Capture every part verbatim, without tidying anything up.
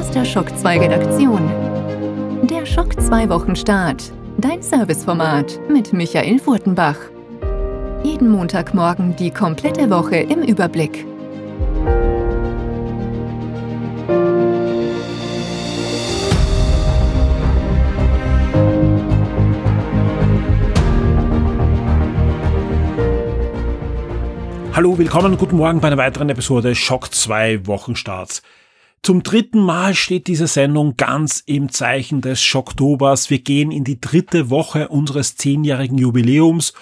aus der Schock zwei Redaktion. Der Schock zwei Wochenstart. Dein Serviceformat mit Michael Furtenbach. Jeden Montagmorgen die komplette Woche im Überblick. Hallo, willkommen und guten Morgen bei einer weiteren Episode Schock zwei Wochenstarts. Zum dritten Mal steht diese Sendung ganz im Zeichen des Schocktobers. Wir gehen in die dritte Woche unseres zehnjährigen Jubiläums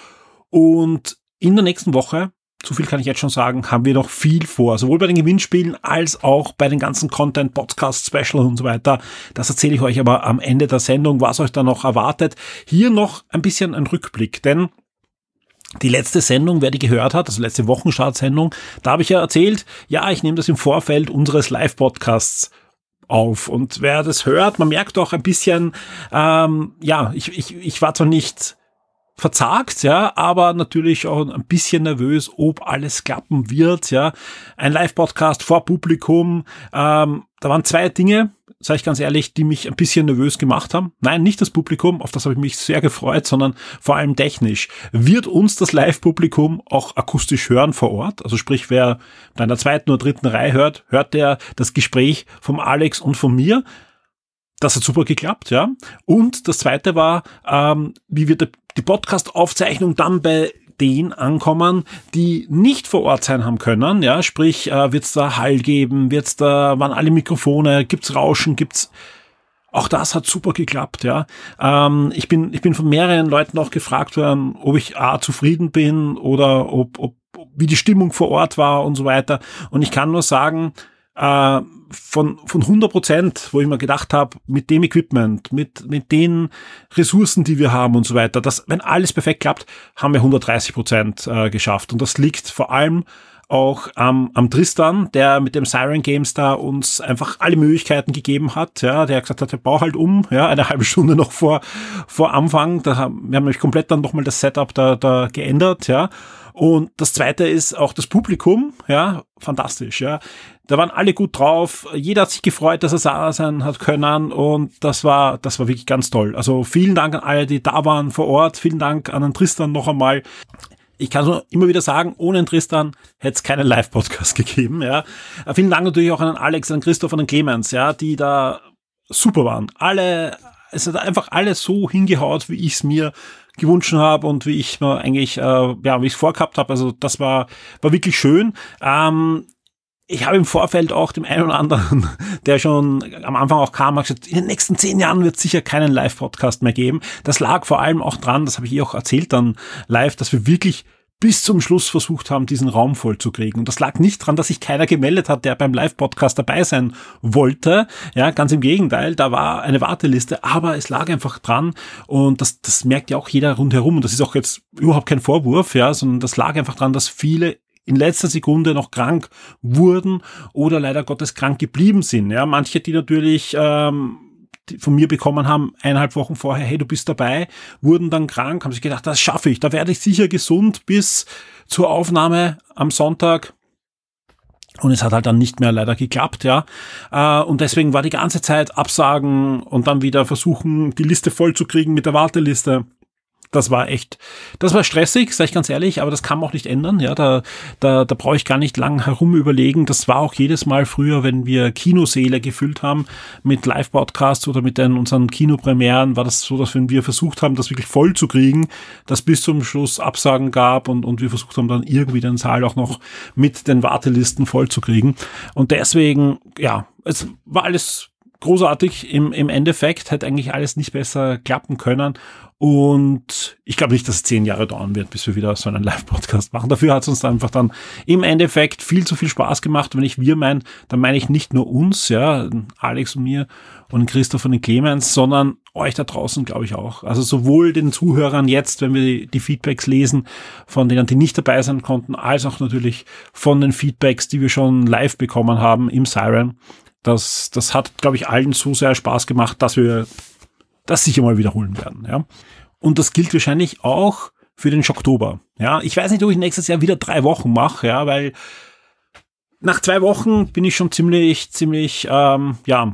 und in der nächsten Woche, so viel kann ich jetzt schon sagen, haben wir noch viel vor. Sowohl bei den Gewinnspielen als auch bei den ganzen Content, Podcast, Special und so weiter. Das erzähle ich euch aber am Ende der Sendung, was euch da noch erwartet. Hier noch ein bisschen ein Rückblick, denn die letzte Sendung, wer die gehört hat, also letzte Wochenstartsendung, da habe ich ja erzählt, ja, ich nehme das im Vorfeld unseres Live-Podcasts auf. Und wer das hört, man merkt auch ein bisschen, ähm, ja, ich, ich, ich war zwar nicht verzagt, ja, aber natürlich auch ein bisschen nervös, ob alles klappen wird, ja. Ein Live-Podcast vor Publikum, ähm, da waren zwei Dinge, sage ich ganz ehrlich, die mich ein bisschen nervös gemacht haben. Nein, nicht das Publikum, auf das habe ich mich sehr gefreut, sondern vor allem technisch. Wird uns das Live-Publikum auch akustisch hören vor Ort? Also sprich, wer in einer zweiten oder dritten Reihe hört, hört der das Gespräch vom Alex und von mir. Das hat super geklappt, ja. Und das zweite war, ähm, wie wird die Podcast-Aufzeichnung dann bei denen ankommen, die nicht vor Ort sein haben können, ja, sprich, äh, wird's da Hall geben, wird's da, waren alle Mikrofone, gibt's Rauschen, gibt's, auch das hat super geklappt, ja. Ähm, ich bin, ich bin von mehreren Leuten auch gefragt worden, ob ich A, zufrieden bin oder ob, ob, wie die Stimmung vor Ort war und so weiter. Und ich kann nur sagen, äh, von von hundert Prozent, wo ich mir gedacht habe, mit dem Equipment, mit mit den Ressourcen, die wir haben und so weiter, dass, wenn alles perfekt klappt, haben wir hundertdreißig Prozent äh, geschafft. Und das liegt vor allem auch ähm, am Tristan, der mit dem Siren Games da uns einfach alle Möglichkeiten gegeben hat, ja, der gesagt hat, der bau halt um, ja, eine halbe Stunde noch vor vor Anfang, da haben wir haben nämlich komplett dann nochmal das Setup da da geändert, ja. Und das zweite ist auch das Publikum, ja, fantastisch, ja. Da waren alle gut drauf, jeder hat sich gefreut, dass er da sein hat können und das war, das war wirklich ganz toll. Also vielen Dank an alle, die da waren vor Ort, vielen Dank an den Tristan noch einmal. Ich kann so immer wieder sagen, ohne den Tristan hätte es keinen Live-Podcast gegeben, ja. Vielen Dank natürlich auch an den Alex, an den Christoph, an den Clemens, ja, die da super waren. Alle, es hat einfach alles so hingehaut, wie ich es mir gewünscht habe und wie ich mir eigentlich, äh, ja, wie ich es vorgehabt habe. Also das war, war wirklich schön. Ähm, Ich habe im Vorfeld auch dem einen oder anderen, der schon am Anfang auch kam, gesagt, in den nächsten zehn Jahren wird es sicher keinen Live-Podcast mehr geben. Das lag vor allem auch dran, das habe ich eh auch erzählt dann live, dass wir wirklich bis zum Schluss versucht haben, diesen Raum voll zu kriegen. Und das lag nicht dran, dass sich keiner gemeldet hat, der beim Live-Podcast dabei sein wollte. Ja, ganz im Gegenteil, da war eine Warteliste, aber es lag einfach dran und das, das merkt ja auch jeder rundherum und das ist auch jetzt überhaupt kein Vorwurf, ja, sondern das lag einfach dran, dass viele in letzter Sekunde noch krank wurden oder leider Gottes krank geblieben sind. Ja, manche, die natürlich ähm, die von mir bekommen haben, eineinhalb Wochen vorher, hey, du bist dabei, wurden dann krank, haben sich gedacht, das schaffe ich, da werde ich sicher gesund bis zur Aufnahme am Sonntag. Und es hat halt dann nicht mehr leider geklappt, ja. Äh, und deswegen war die ganze Zeit Absagen und dann wieder versuchen, die Liste voll zu kriegen mit der Warteliste. Das war echt, das war stressig, sag ich ganz ehrlich, aber das kann man auch nicht ändern, ja, da, da, da brauche ich gar nicht lang herum überlegen. Das war auch jedes Mal früher, wenn wir Kinosäle gefüllt haben mit Live-Podcasts oder mit den, unseren Kinopremieren, war das so, dass wenn wir versucht haben, das wirklich voll zu kriegen, dass bis zum Schluss Absagen gab und, und wir versucht haben, dann irgendwie den Saal auch noch mit den Wartelisten voll zu kriegen. Und deswegen, ja, es war alles großartig. Im, im Endeffekt hätte eigentlich alles nicht besser klappen können. Und ich glaube nicht, dass es zehn Jahre dauern wird, bis wir wieder so einen Live-Podcast machen. Dafür hat es uns einfach dann im Endeffekt viel zu viel Spaß gemacht. Wenn ich wir meine, dann meine ich nicht nur uns, ja, Alex und mir und Christoph und den Clemens, sondern euch da draußen, glaube ich auch. Also sowohl den Zuhörern jetzt, wenn wir die, die Feedbacks lesen, von denen, die nicht dabei sein konnten, als auch natürlich von den Feedbacks, die wir schon live bekommen haben im Siren. Das, das hat, glaube ich, allen so sehr Spaß gemacht, dass wir das sicher mal wiederholen werden, ja. Und das gilt wahrscheinlich auch für den Schocktober, ja. Ich weiß nicht, ob ich nächstes Jahr wieder drei Wochen mache, ja, weil nach zwei Wochen bin ich schon ziemlich, ziemlich, ähm, ja,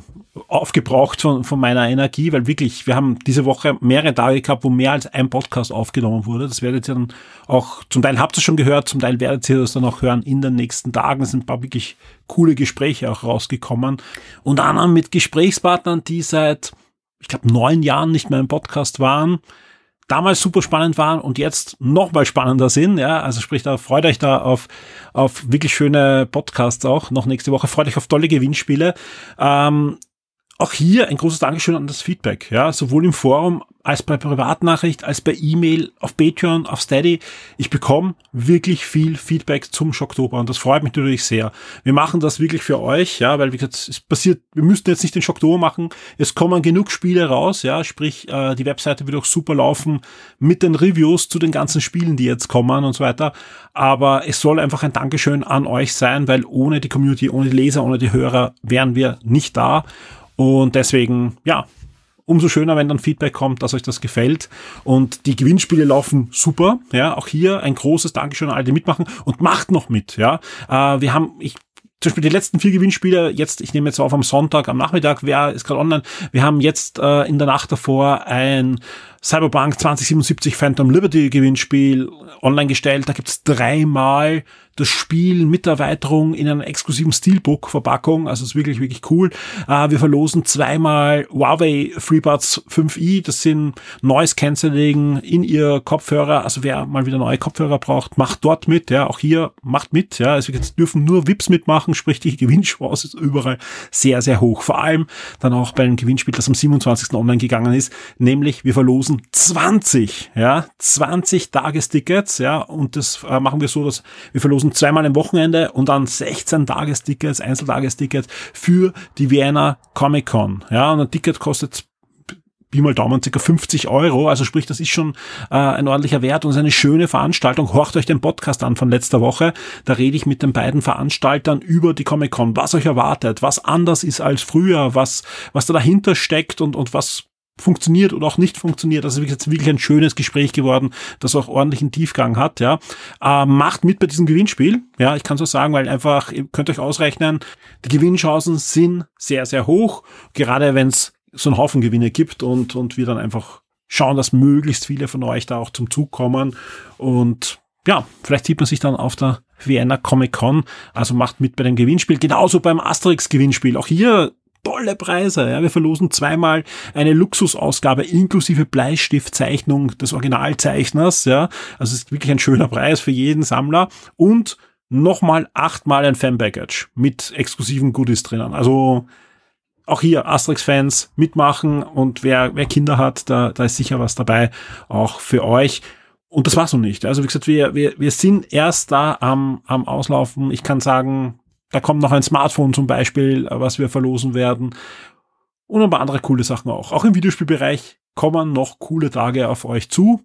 aufgebraucht von, von meiner Energie, weil wirklich, wir haben diese Woche mehrere Tage gehabt, wo mehr als ein Podcast aufgenommen wurde. Das werdet ihr dann auch, zum Teil habt ihr schon gehört, zum Teil werdet ihr das dann auch hören in den nächsten Tagen. Es sind ein paar wirklich coole Gespräche auch rausgekommen. Unter anderem mit Gesprächspartnern, die seit, ich glaube, neun Jahren nicht mehr im Podcast waren, damals super spannend waren und jetzt noch mal spannender sind, ja, also sprich, da freut euch da auf auf wirklich schöne Podcasts auch noch nächste Woche, freut euch auf tolle Gewinnspiele. Ähm, auch hier ein großes Dankeschön an das Feedback, ja, sowohl im Forum als bei Privatnachricht, als bei E-Mail, auf Patreon, auf Steady. Ich bekomme wirklich viel Feedback zum Schocktober und das freut mich natürlich sehr. Wir machen das wirklich für euch, ja, weil wie gesagt, es passiert, wir müssten jetzt nicht den Schocktober machen. Es kommen genug Spiele raus, ja, sprich, äh, die Webseite wird auch super laufen mit den Reviews zu den ganzen Spielen, die jetzt kommen und so weiter. Aber es soll einfach ein Dankeschön an euch sein, weil ohne die Community, ohne die Leser, ohne die Hörer wären wir nicht da. Und deswegen, ja, umso schöner, wenn dann Feedback kommt, dass euch das gefällt. Und die Gewinnspiele laufen super. Ja, auch hier ein großes Dankeschön an alle, die mitmachen. Und macht noch mit. Ja, äh, wir haben, ich zum Beispiel die letzten vier Gewinnspiele, jetzt, ich nehme jetzt auf am Sonntag, am Nachmittag, wer ist gerade online, wir haben jetzt äh, in der Nacht davor ein Cyberpunk zwanzig siebenundsiebzig Phantom Liberty Gewinnspiel online gestellt. Da gibt's dreimal das Spiel mit Erweiterung in einer exklusiven Steelbook-Verpackung. Also es ist wirklich, wirklich cool. Äh, wir verlosen zweimal Huawei FreeBuds fünf i. Das sind Noise Cancelling in ihr Kopfhörer. Also wer mal wieder neue Kopfhörer braucht, macht dort mit. Ja, auch hier macht mit. Ja, also jetzt dürfen nur V I Ps mitmachen, sprich die Gewinnchance ist überall sehr, sehr hoch. Vor allem dann auch bei einem Gewinnspiel, das am siebenundzwanzigsten online gegangen ist. Nämlich wir verlosen zwanzig, ja, zwanzig Tagestickets, ja, und das äh, machen wir so, dass wir verlosen zweimal am Wochenende und dann sechzehn Tagestickets, Einzeltagestickets für die Vienna Comic Con, ja, und ein Ticket kostet Pi mal Daumen ca. fünfzig Euro, also sprich, das ist schon äh, ein ordentlicher Wert und es ist eine schöne Veranstaltung. Horcht euch den Podcast an von letzter Woche, da rede ich mit den beiden Veranstaltern über die Comic Con, was euch erwartet, was anders ist als früher, was was da dahinter steckt und und was funktioniert oder auch nicht funktioniert. Also jetzt wirklich ein schönes Gespräch geworden, das auch ordentlichen Tiefgang hat, ja. Äh, macht mit bei diesem Gewinnspiel, ja, ich kann so sagen, weil einfach, ihr könnt euch ausrechnen, die Gewinnchancen sind sehr, sehr hoch, gerade wenn es so einen Haufen Gewinne gibt und und wir dann einfach schauen, dass möglichst viele von euch da auch zum Zug kommen und ja, vielleicht sieht man sich dann auf der Vienna Comic Con, also macht mit bei dem Gewinnspiel, genauso beim Asterix Gewinnspiel, auch hier tolle Preise, ja. Wir verlosen zweimal eine Luxusausgabe inklusive Bleistiftzeichnung des Originalzeichners, ja. Also es ist wirklich ein schöner Preis für jeden Sammler und nochmal achtmal ein Fan-Package mit exklusiven Goodies drinnen. Also auch hier Asterix-Fans mitmachen und wer, wer Kinder hat, da, da ist sicher was dabei, auch für euch. Und das war's noch nicht. Also wie gesagt, wir, wir, wir sind erst da am, am Auslaufen. Ich kann sagen, da kommt noch ein Smartphone zum Beispiel, was wir verlosen werden. Und ein paar andere coole Sachen auch. Auch im Videospielbereich kommen noch coole Tage auf euch zu.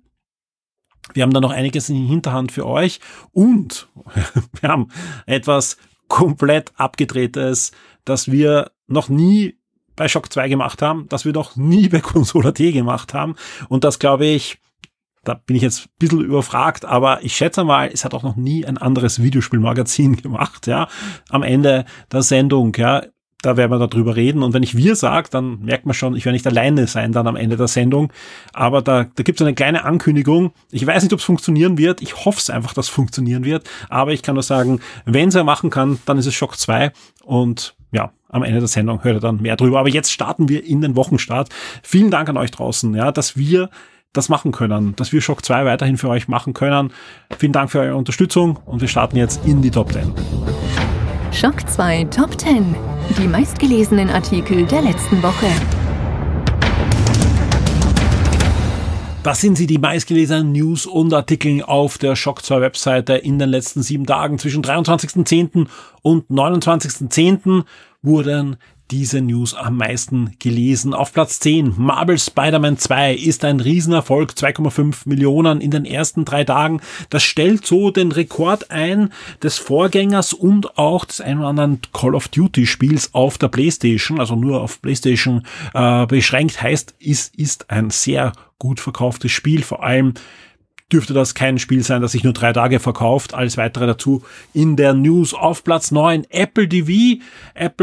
Wir haben da noch einiges in der Hinterhand für euch. Und wir haben etwas komplett Abgedrehtes, das wir noch nie bei Shock zwei gemacht haben, das wir noch nie bei Console.at gemacht haben. Und das, glaube ich, da bin ich jetzt ein bisschen überfragt, aber ich schätze mal, es hat auch noch nie ein anderes Videospielmagazin gemacht, ja. Am Ende der Sendung, ja, da werden wir darüber reden. Und wenn ich wir sage, dann merkt man schon, ich werde nicht alleine sein dann am Ende der Sendung. Aber da, da gibt es eine kleine Ankündigung. Ich weiß nicht, ob es funktionieren wird. Ich hoffe es einfach, dass es funktionieren wird. Aber ich kann nur sagen, wenn es er machen kann, dann ist es Shock zwei. Und ja, am Ende der Sendung hört ihr dann mehr drüber. Aber jetzt starten wir in den Wochenstart. Vielen Dank an euch draußen, ja, dass wir das machen können, dass wir Shock zwei weiterhin für euch machen können. Vielen Dank für eure Unterstützung und wir starten jetzt in die Top zehn. Shock zwei Top zehn. Die meistgelesenen Artikel der letzten Woche. Das sind sie, die meistgelesenen News und Artikel auf der Shock zwei Webseite in den letzten sieben Tagen. Zwischen dreiundzwanzigsten zehnten und neunundzwanzigsten zehnten wurden diese News am meisten gelesen. Auf Platz zehn, Marvel Spider-Man zwei ist ein Riesenerfolg, zwei Komma fünf Millionen in den ersten drei Tagen. Das stellt so den Rekord ein des Vorgängers und auch des einen oder anderen Call of Duty Spiels auf der PlayStation, also nur auf PlayStation äh, beschränkt, heißt, es ist ein sehr gut verkauftes Spiel, vor allem dürfte das kein Spiel sein, das sich nur drei Tage verkauft. Alles weitere dazu in der News. Auf Platz neun, Apple T V. Apple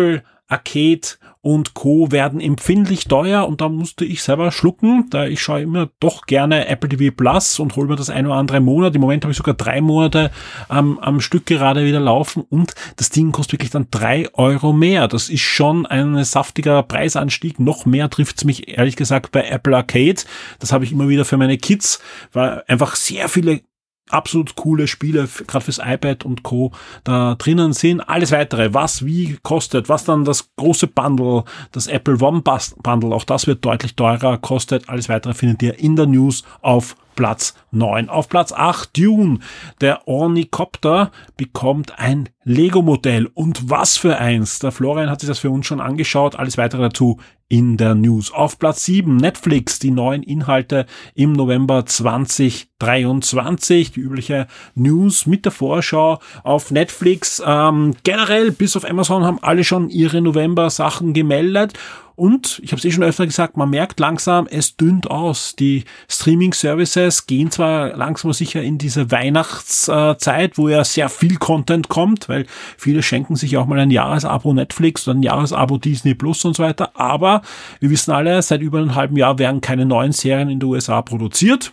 Arcade und Co. werden empfindlich teuer und da musste ich selber schlucken, da ich schaue immer doch gerne Apple T V Plus und hole mir das ein oder andere Monat. Im Moment habe ich sogar drei Monate ähm, am Stück gerade wieder laufen und das Ding kostet wirklich dann drei Euro mehr. Das ist schon ein saftiger Preisanstieg. Noch mehr trifft es mich ehrlich gesagt bei Apple Arcade. Das habe ich immer wieder für meine Kids, weil einfach sehr viele absolut coole Spiele, gerade fürs iPad und Co. da drinnen sind. Alles weitere, was wie kostet, was dann das große Bundle, das Apple One Bundle, auch das wird deutlich teurer, kostet. Alles weitere findet ihr in der News auf Platz neun. Auf Platz acht, Dune. Der Ornicopter bekommt ein Lego-Modell. Und was für eins. Der Florian hat sich das für uns schon angeschaut. Alles weitere dazu in der News. Auf Platz sieben, Netflix. Die neuen Inhalte im November zwanzig dreiundzwanzig. Die übliche News mit der Vorschau auf Netflix. Ähm, generell, bis auf Amazon, haben alle schon ihre November-Sachen gemeldet. Und, ich habe es eh schon öfter gesagt, man merkt langsam, es dünnt aus. Die Streaming-Services gehen zwar langsam sicher in diese Weihnachtszeit, wo ja sehr viel Content kommt, weil viele schenken sich auch mal ein Jahresabo Netflix oder ein Jahresabo Disney Plus und so weiter. Aber wir wissen alle, seit über einem halben Jahr werden keine neuen Serien in den U S A produziert.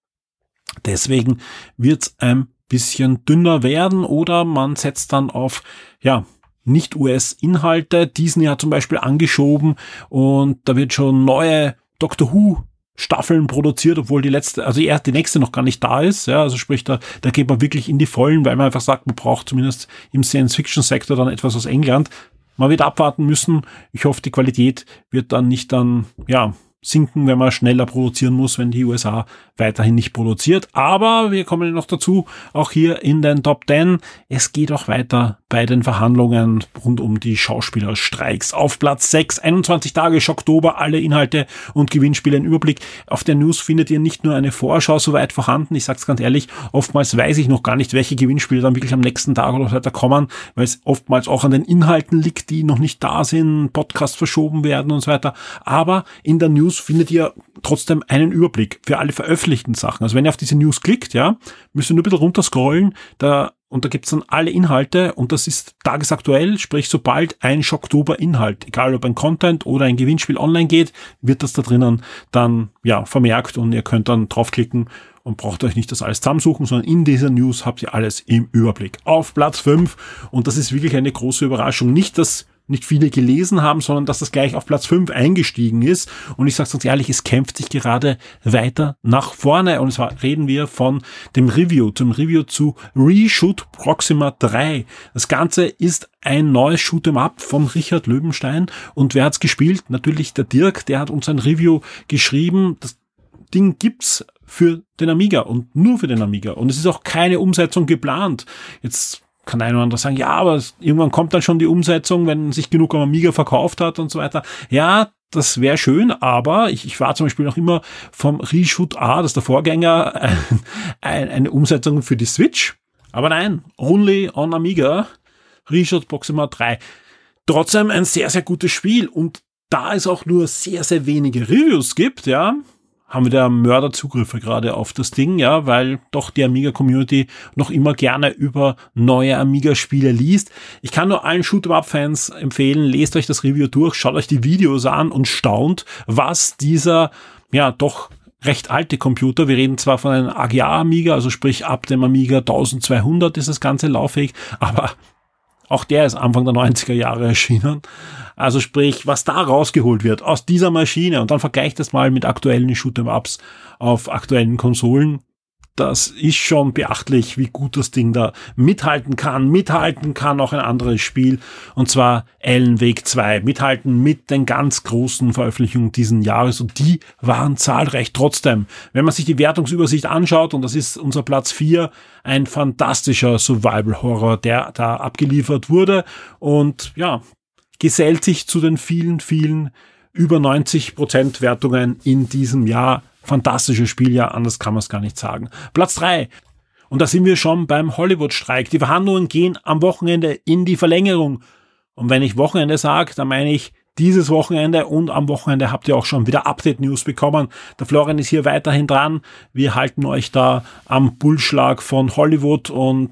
Deswegen wird es ein bisschen dünner werden oder man setzt dann auf, ja, nicht-U S-Inhalte. Disney hat zum Beispiel angeschoben und da wird schon neue Doctor Who Staffeln produziert, obwohl die letzte, also erst die nächste noch gar nicht da ist. Ja, also sprich, da, da geht man wirklich in die Vollen, weil man einfach sagt, man braucht zumindest im Science-Fiction-Sektor dann etwas aus England. Man wird abwarten müssen. Ich hoffe, die Qualität wird dann nicht dann, ja, sinken, wenn man schneller produzieren muss, wenn die U S A weiterhin nicht produziert. Aber wir kommen noch dazu, auch hier in den Top Ten. Es geht auch weiter bei den Verhandlungen rund um die Schauspielerstreiks. Auf Platz sechs, einundzwanzig Tage Oktober, alle Inhalte und Gewinnspiele im Überblick. Auf der News findet ihr nicht nur eine Vorschau soweit vorhanden. Ich sag's ganz ehrlich, oftmals weiß ich noch gar nicht, welche Gewinnspiele dann wirklich am nächsten Tag oder weiter kommen, weil es oftmals auch an den Inhalten liegt, die noch nicht da sind, Podcasts verschoben werden und so weiter. Aber in der News findet ihr trotzdem einen Überblick für alle veröffentlichten Sachen. Also wenn ihr auf diese News klickt, ja, müsst ihr nur ein bisschen runterscrollen, da, und da gibt's dann alle Inhalte und das ist tagesaktuell, sprich sobald ein Schocktober-Inhalt, egal ob ein Content oder ein Gewinnspiel online geht, wird das da drinnen dann, ja, vermerkt und ihr könnt dann draufklicken und braucht euch nicht das alles zusammensuchen, sondern in dieser News habt ihr alles im Überblick. Auf Platz fünf, und das ist wirklich eine große Überraschung, nicht, dass nicht viele gelesen haben, sondern dass das gleich auf Platz fünf eingestiegen ist. Und ich sage ganz ehrlich, es kämpft sich gerade weiter nach vorne. Und zwar reden wir von dem Review, zum Review zu Reshoot Proxima drei. Das Ganze ist ein neues Shoot'em Up von Richard Löwenstein. Und wer hat's gespielt? Natürlich der Dirk, der hat uns ein Review geschrieben. Das Ding gibt's für den Amiga und nur für den Amiga. Und es ist auch keine Umsetzung geplant. Jetzt kann ein oder andere sagen, ja, aber irgendwann kommt dann schon die Umsetzung, wenn sich genug am Amiga verkauft hat und so weiter. Ja, das wäre schön, aber ich, ich war zum Beispiel noch immer vom Reshoot A, das ist der Vorgänger, ein, ein, eine Umsetzung für die Switch. Aber nein, only on Amiga, Reshoot Proxima drei. Trotzdem ein sehr, sehr gutes Spiel und da es auch nur sehr, sehr wenige Reviews gibt, ja, haben wir da Mörderzugriffe gerade auf das Ding, ja, weil doch die Amiga-Community noch immer gerne über neue Amiga-Spiele liest. Ich kann nur allen Shoot'em-Up-Fans empfehlen, lest euch das Review durch, schaut euch die Videos an und staunt, was dieser, ja, doch recht alte Computer, wir reden zwar von einem A G A-Amiga, also sprich ab dem Amiga eintausendzweihundert ist das Ganze lauffähig, aber auch der ist Anfang der neunziger Jahre erschienen. Also sprich, was da rausgeholt wird aus dieser Maschine und dann vergleicht das mal mit aktuellen Shoot'em-Ups auf aktuellen Konsolen. Das ist schon beachtlich, wie gut das Ding da mithalten kann. Mithalten kann auch ein anderes Spiel, und zwar Alan Wake zwei. Mithalten mit den ganz großen Veröffentlichungen diesen Jahres, und die waren zahlreich. Trotzdem, wenn man sich die Wertungsübersicht anschaut, und das ist unser Platz vier, ein fantastischer Survival-Horror, der da abgeliefert wurde und ja, gesellt sich zu den vielen, vielen über neunzig Prozent Wertungen in diesem Jahr. Fantastisches Spiel, ja, anders kann man es gar nicht sagen. Platz drei. Und da sind wir schon beim Hollywood-Streik. Die Verhandlungen gehen am Wochenende in die Verlängerung. Und wenn ich Wochenende sage, dann meine ich dieses Wochenende, und am Wochenende habt ihr auch schon wieder Update-News bekommen. Der Florian ist hier weiterhin dran. Wir halten euch da am Pulsschlag von Hollywood und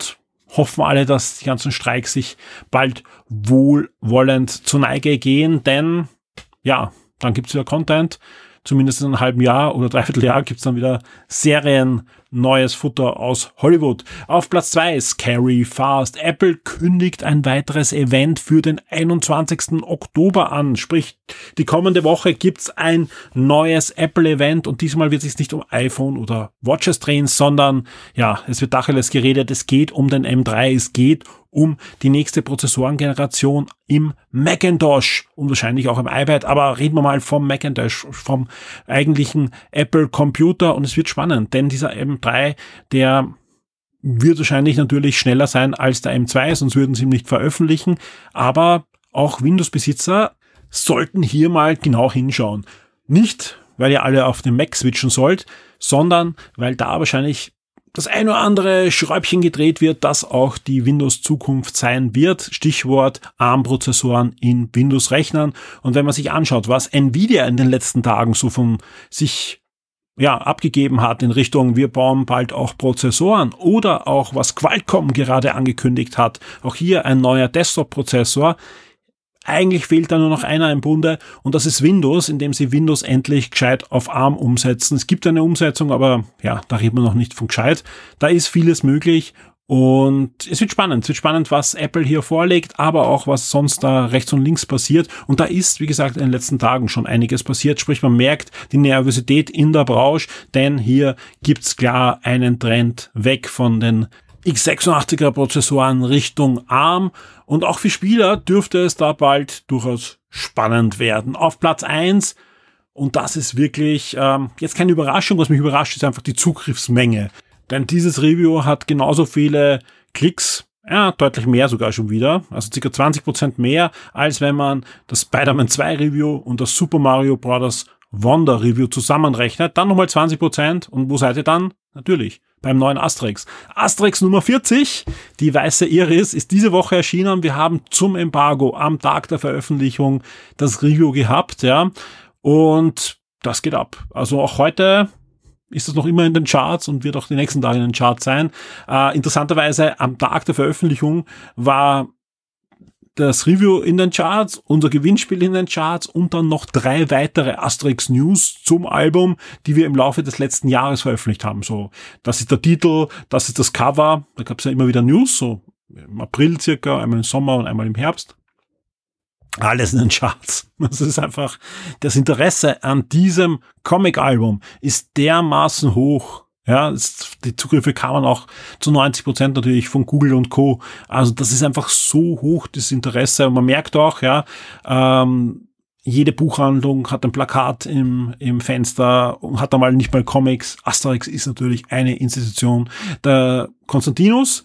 hoffen alle, dass die ganzen Streiks sich bald wohlwollend zur Neige gehen, denn ja, dann gibt's wieder Content. Zumindest in einem halben Jahr oder dreiviertel Jahr gibt's dann wieder Serien, neues Futter aus Hollywood. Auf Platz zwei Scary Fast. Apple kündigt ein weiteres Event für den einundzwanzigsten Oktober an. Sprich, die kommende Woche gibt's ein neues Apple-Event und diesmal wird es sich nicht um iPhone oder Watches drehen, sondern ja, es wird Tacheles geredet. Es geht um den M drei, es geht um die nächste Prozessorengeneration im Macintosh und wahrscheinlich auch im iPad, aber reden wir mal vom Macintosh, vom eigentlichen Apple-Computer und es wird spannend, denn dieser M drei, der wird wahrscheinlich natürlich schneller sein als der M zwei, sonst würden sie ihn nicht veröffentlichen, aber auch Windows-Besitzer sollten hier mal genau hinschauen. Nicht, weil ihr alle auf den Mac switchen sollt, sondern weil da wahrscheinlich das ein oder andere Schräubchen gedreht wird, das auch die Windows-Zukunft sein wird. Stichwort ARM-Prozessoren in Windows-Rechnern. Und wenn man sich anschaut, was Nvidia in den letzten Tagen so von sich ja abgegeben hat in Richtung, wir bauen bald auch Prozessoren, oder auch was Qualcomm gerade angekündigt hat, auch hier ein neuer Desktop-Prozessor. Eigentlich fehlt da nur noch einer im Bunde und das ist Windows, indem sie Windows endlich gescheit auf ARM umsetzen. Es gibt eine Umsetzung, aber ja, da reden wir noch nicht von gescheit. Da ist vieles möglich und es wird spannend. Es wird spannend, was Apple hier vorlegt, aber auch was sonst da rechts und links passiert. Und da ist, wie gesagt, in den letzten Tagen schon einiges passiert. Sprich, man merkt die Nervosität in der Branche, denn hier gibt's klar einen Trend weg von den x sechsundachtziger Prozessoren Richtung ARM und auch für Spieler dürfte es da bald durchaus spannend werden. Auf Platz eins, und das ist wirklich ähm, jetzt keine Überraschung, was mich überrascht, ist einfach die Zugriffsmenge. Denn dieses Review hat genauso viele Klicks, ja, deutlich mehr sogar schon wieder, also ca. zwanzig Prozent mehr, als wenn man das Spider-Man zwei Review und das Super Mario Bros. Wonder Review zusammenrechnet. Dann nochmal zwanzig Prozent und wo seid ihr dann? Natürlich beim neuen Asterix. Asterix Nummer vierzig, die weiße Iris, ist diese Woche erschienen. Wir haben zum Embargo am Tag der Veröffentlichung das Review gehabt, ja, und das geht ab. Also auch heute ist das noch immer in den Charts und wird auch die nächsten Tage in den Charts sein. Äh, interessanterweise am Tag der Veröffentlichung war das Review in den Charts, unser Gewinnspiel in den Charts und dann noch drei weitere Asterix News zum Album, die wir im Laufe des letzten Jahres veröffentlicht haben. So, das ist der Titel, das ist das Cover, da gab es ja immer wieder News, so im April circa, einmal im Sommer und einmal im Herbst. Alles in den Charts. Das ist einfach, das Interesse an diesem Comic-Album ist dermaßen hoch. Ja, die Zugriffe kamen auch zu neunzig Prozent natürlich von Google und Co. Also das ist einfach so hoch, das Interesse. Und man merkt auch, ja, ähm, jede Buchhandlung hat ein Plakat im, im Fenster und hat einmal nicht mal Comics. Asterix ist natürlich eine Institution. Der Konstantinus,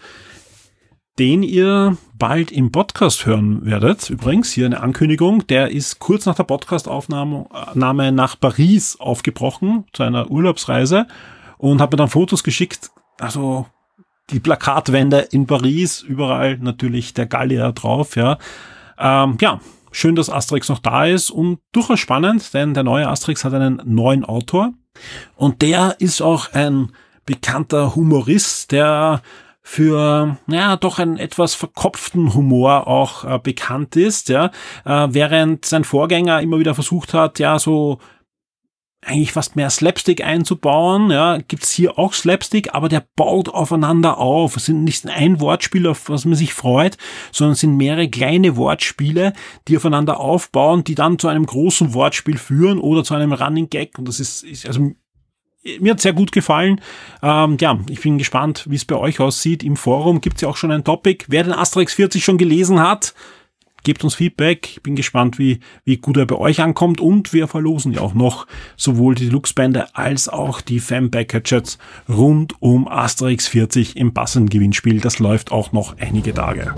den ihr bald im Podcast hören werdet, übrigens, hier eine Ankündigung, der ist kurz nach der Podcast-Aufnahme Nahme nach Paris aufgebrochen, zu einer Urlaubsreise, und hat mir dann Fotos geschickt, also die Plakatwände in Paris, überall natürlich der Gallier drauf, ja. Ähm, ja, schön, dass Asterix noch da ist und durchaus spannend, denn der neue Asterix hat einen neuen Autor und der ist auch ein bekannter Humorist, der für, ja, doch einen etwas verkopften Humor auch äh, bekannt ist, ja, äh, während sein Vorgänger immer wieder versucht hat, ja, so eigentlich fast mehr Slapstick einzubauen, ja, gibt's hier auch Slapstick, aber der baut aufeinander auf. Es sind nicht ein Wortspiel, auf was man sich freut, sondern es sind mehrere kleine Wortspiele, die aufeinander aufbauen, die dann zu einem großen Wortspiel führen oder zu einem Running Gag. Und das ist, ist also mir hat sehr gut gefallen. Ähm, ja, ich bin gespannt, wie es bei euch aussieht. Im Forum gibt's ja auch schon ein Topic. Wer den Asterix vierzig schon gelesen hat, gebt uns Feedback. Ich bin gespannt, wie wie gut er bei euch ankommt. Und wir verlosen ja auch noch sowohl die Deluxe-Bände als auch die Fan-Packages rund um Asterix vierzig im passenden Gewinnspiel. Das läuft auch noch einige Tage.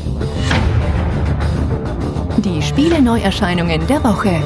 Die Spiele-Neuerscheinungen der Woche.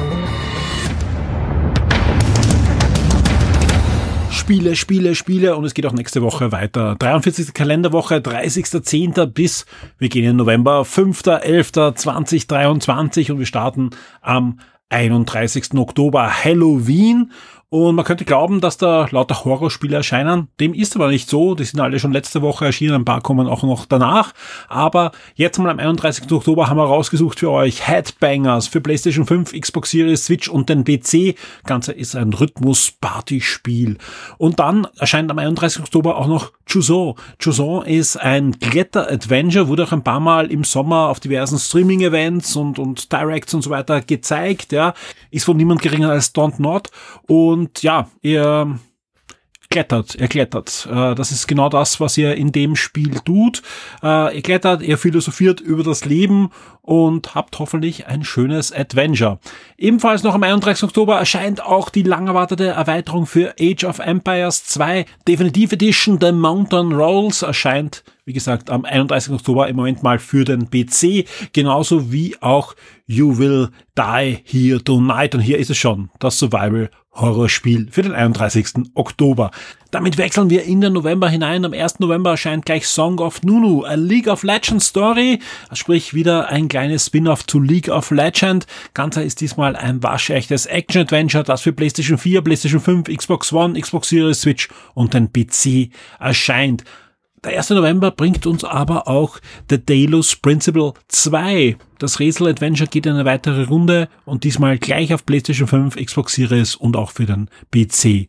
Spiele, Spiele, Spiele und es geht auch nächste Woche weiter. dreiundvierzigste Kalenderwoche, dreißigster zehnter bis, wir gehen in November, fünfter elfter zweitausenddreiundzwanzig und wir starten am einunddreißigsten Oktober, Halloween. Und man könnte glauben, dass da lauter Horrorspiele erscheinen. Dem ist aber nicht so. Die sind alle schon letzte Woche erschienen. Ein paar kommen auch noch danach. Aber jetzt mal am einunddreißigsten Oktober haben wir rausgesucht für euch Headbangers für PlayStation fünf, Xbox Series, Switch und den P C. Das Ganze ist ein Rhythmus-Party-Spiel. Und dann erscheint am einunddreißigsten Oktober auch noch Chouzon. Chouzon ist ein Kletter-Adventure, wurde auch ein paar Mal im Sommer auf diversen Streaming-Events und, und Directs und so weiter gezeigt. Ja, ist von niemand geringer als Don't Not. Und Und ja, ihr klettert, ihr klettert. Das ist genau das, was ihr in dem Spiel tut. Ihr klettert, ihr philosophiert über das Leben und habt hoffentlich ein schönes Adventure. Ebenfalls noch am einunddreißigsten Oktober erscheint auch die lang erwartete Erweiterung für Age of Empires zwei Definitive Edition. The Mountain Rolls erscheint, wie gesagt, am einunddreißigsten Oktober im Moment mal für den P C. Genauso wie auch You Will Die Here Tonight. Und hier ist es schon, das Survival-Horrorspiel für den einunddreißigsten Oktober. Damit wechseln wir in den November hinein. Am ersten November erscheint gleich Song of Nunu, a League of Legends Story. Sprich wieder ein kleines Spin-off zu League of Legends. Ganze ist diesmal ein waschechtes Action-Adventure, das für PlayStation vier, PlayStation fünf, Xbox One, Xbox Series, Switch und den P C erscheint. Der erste November bringt uns aber auch The Delos Principle zwei. Das Rätsel-Adventure geht in eine weitere Runde und diesmal gleich auf PlayStation fünf, Xbox Series und auch für den P C.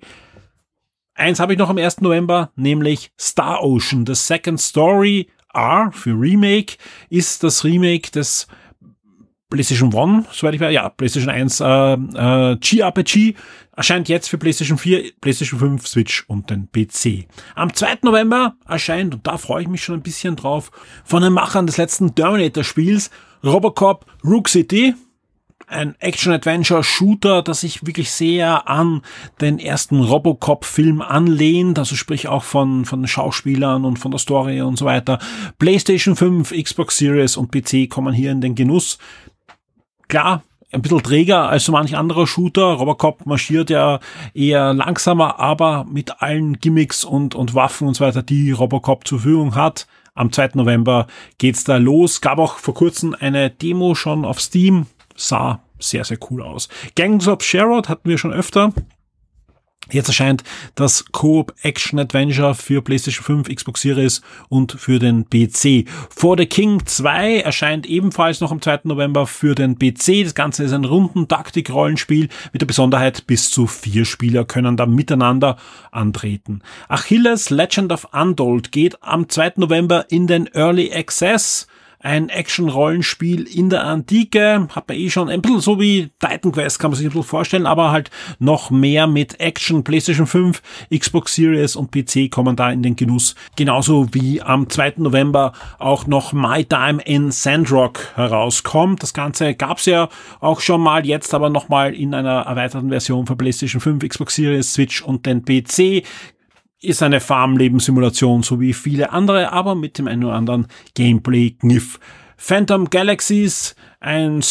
Eins habe ich noch am ersten November, nämlich Star Ocean. The Second Story, R für Remake, ist das Remake des PlayStation One, soweit ich weiß, ja, PlayStation eins äh, äh, G R P G, erscheint jetzt für PlayStation vier, PlayStation fünf, Switch und den P C. Am zweiten November erscheint, und da freue ich mich schon ein bisschen drauf, von den Machern des letzten Terminator-Spiels, Robocop Rogue City. Ein Action-Adventure-Shooter, das sich wirklich sehr an den ersten Robocop-Film anlehnt, also sprich auch von von den Schauspielern und von der Story und so weiter. PlayStation fünf, Xbox Series und P C kommen hier in den Genuss. Klar, ein bisschen träger als so manch anderer Shooter. Robocop marschiert ja eher langsamer, aber mit allen Gimmicks und und Waffen und so weiter, die Robocop zur Verfügung hat. Am zweiten November geht's da los. Gab auch vor kurzem eine Demo schon auf Steam. Sah sehr, sehr cool aus. Gangs of Sherrod hatten wir schon öfter. Jetzt erscheint das Coop Action Adventure für PlayStation fünf, Xbox Series und für den P C. For the King zwei erscheint ebenfalls noch am zweiten November für den P C. Das Ganze ist ein Runden-Taktik-Rollenspiel mit der Besonderheit, bis zu vier Spieler können da miteinander antreten. Achilles Legend of Untold geht am zweiten November in den Early Access. Ein Action-Rollenspiel in der Antike, hat man eh schon ein bisschen so wie Titan Quest, kann man sich ein bisschen vorstellen, aber halt noch mehr mit Action. PlayStation fünf, Xbox Series und P C kommen da in den Genuss. Genauso wie am zweiten November auch noch My Time in Sandrock herauskommt. Das Ganze gab's ja auch schon mal, jetzt aber nochmal in einer erweiterten Version für PlayStation fünf, Xbox Series, Switch und den P C. Ist eine Farmlebenssimulation, so wie viele andere, aber mit dem einen oder anderen Gameplay-Kniff. Phantom Galaxies, ein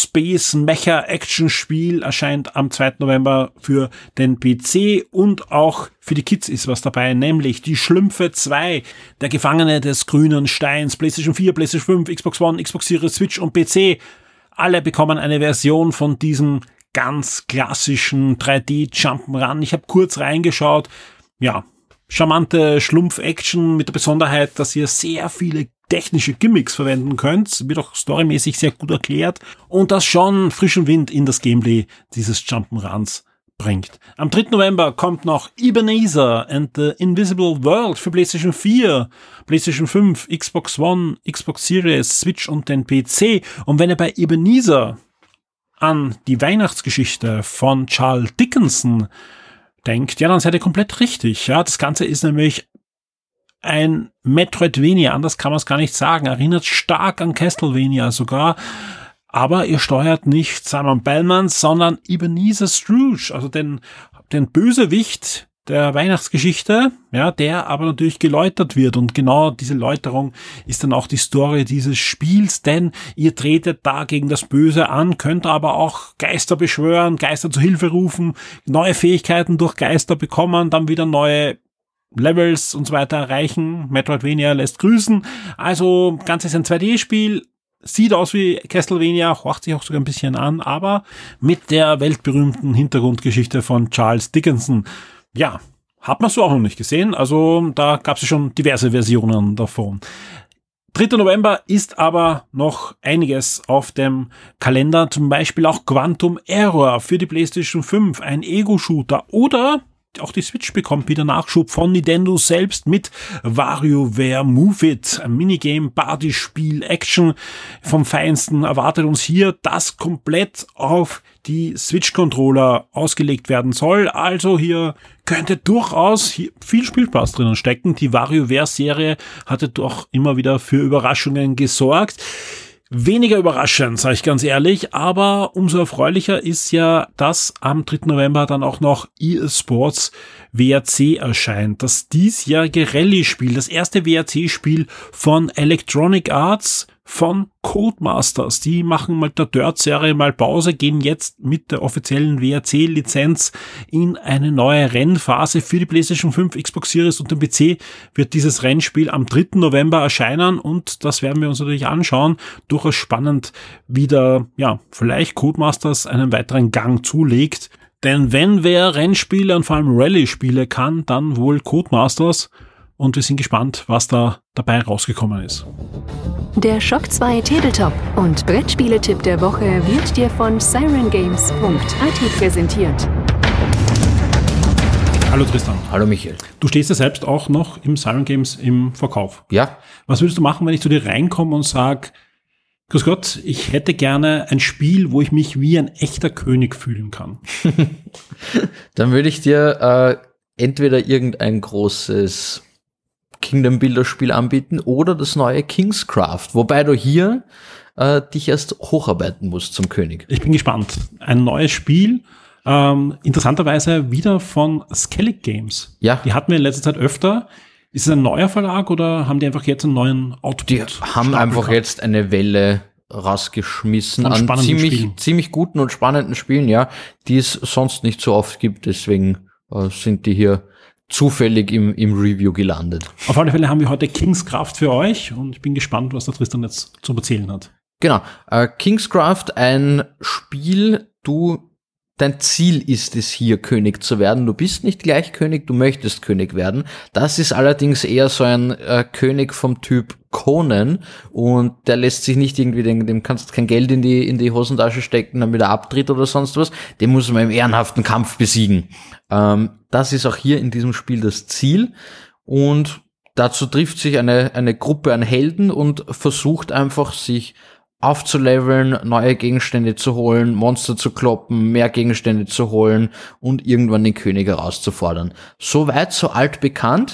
Space-Mecha-Action-Spiel, erscheint am zweiten November für den P C und auch für die Kids ist was dabei, nämlich die Schlümpfe zwei, der Gefangene des grünen Steins, PlayStation vier, PlayStation fünf, Xbox One, Xbox Series, Switch und P C. Alle bekommen eine Version von diesem ganz klassischen drei D-Jump'n'Run. Ich habe kurz reingeschaut, ja, charmante Schlumpf-Action mit der Besonderheit, dass ihr sehr viele technische Gimmicks verwenden könnt. Wird auch storymäßig sehr gut erklärt und das schon frischen Wind in das Gameplay dieses Jump'n'Runs bringt. Am dritten November kommt noch Ebenezer and the Invisible World für PlayStation vier, PlayStation fünf, Xbox One, Xbox Series, Switch und den P C. Und wenn ihr bei Ebenezer an die Weihnachtsgeschichte von Charles Dickinson denkt, ja, dann seid ihr komplett richtig. Ja, das Ganze ist nämlich ein Metroidvania, anders kann man es gar nicht sagen. Erinnert stark an Castlevania sogar. Aber ihr steuert nicht Simon Belmont, sondern Ebenezer Scrooge, also den, den Bösewicht der Weihnachtsgeschichte, ja, der aber natürlich geläutert wird. Und genau diese Läuterung ist dann auch die Story dieses Spiels, denn ihr tretet da gegen das Böse an, könnt aber auch Geister beschwören, Geister zu Hilfe rufen, neue Fähigkeiten durch Geister bekommen, dann wieder neue Levels und so weiter erreichen. Metroidvania lässt grüßen. Also, Ganze ist ein zwei D-Spiel, sieht aus wie Castlevania, horcht sich auch sogar ein bisschen an, aber mit der weltberühmten Hintergrundgeschichte von Charles Dickinson. Ja, hat man so auch noch nicht gesehen, also da gab es ja schon diverse Versionen davon. dritter November ist aber noch einiges auf dem Kalender, zum Beispiel auch Quantum Error für die PlayStation fünf, ein Ego-Shooter, oder auch die Switch bekommt wieder Nachschub von Nintendo selbst mit WarioWare Move It, ein Minigame, Partyspiel, Action vom Feinsten. Erwartet uns hier, das komplett auf die Switch-Controller ausgelegt werden soll. Also hier könnte durchaus hier viel Spielspaß drinnen stecken. Die WarioWare-Serie hatte doch immer wieder für Überraschungen gesorgt. Weniger überraschend, sage ich ganz ehrlich, aber umso erfreulicher ist ja, dass am dritten November dann auch noch eSports W R C erscheint. Das diesjährige Rallye-Spiel, das erste W R C-Spiel von Electronic Arts, von Codemasters. Die machen mit der Dirt-Serie mal Pause, gehen jetzt mit der offiziellen W R C-Lizenz in eine neue Rennphase für die PlayStation fünf, Xbox Series und den P C. Wird dieses Rennspiel am dritten November erscheinen und das werden wir uns natürlich anschauen. Durchaus spannend, wie da, ja, vielleicht Codemasters einen weiteren Gang zulegt. Denn wenn wer Rennspiele und vor allem Rallye-Spiele kann, dann wohl Codemasters. Und wir sind gespannt, was da dabei rausgekommen ist. Der Shock zwei Tabletop und Brettspiele-Tipp der Woche wird dir von siren games punkt I T präsentiert. Hallo Tristan. Hallo Michael. Du stehst ja selbst auch noch im Siren Games im Verkauf. Ja. Was würdest du machen, wenn ich zu dir reinkomme und sage, grüß Gott, ich hätte gerne ein Spiel, wo ich mich wie ein echter König fühlen kann? Dann würde ich dir äh, entweder irgendein großes Kingdom-Builder-Spiel anbieten oder das neue Kingscraft, wobei du hier äh, dich erst hocharbeiten musst zum König. Ich bin gespannt. Ein neues Spiel, ähm, interessanterweise wieder von Skellig Games. Ja. Die hatten wir in letzter Zeit öfter. Ist es ein neuer Verlag oder haben die einfach jetzt einen neuen Output? Die haben einfach gehabt? Jetzt eine Welle rausgeschmissen an, an ziemlich, ziemlich guten und spannenden Spielen, ja, die es sonst nicht so oft gibt. Deswegen äh, sind die hier zufällig im, im Review gelandet. Auf alle Fälle haben wir heute Kingscraft für euch und ich bin gespannt, was der Tristan jetzt zu erzählen hat. Genau. Äh, Kingscraft, ein Spiel, du, dein Ziel ist es hier, König zu werden. Du bist nicht gleich König, du möchtest König werden. Das ist allerdings eher so ein äh, König vom Typ Conan und der lässt sich nicht irgendwie, dem, dem kannst du kein Geld in die in die Hosentasche stecken, damit er abtritt oder sonst was. Den muss man im ehrenhaften Kampf besiegen. Ähm, das ist auch hier in diesem Spiel das Ziel und dazu trifft sich eine eine Gruppe an Helden und versucht einfach, sich aufzuleveln, neue Gegenstände zu holen, Monster zu kloppen, mehr Gegenstände zu holen und irgendwann den König herauszufordern. Soweit, so altbekannt.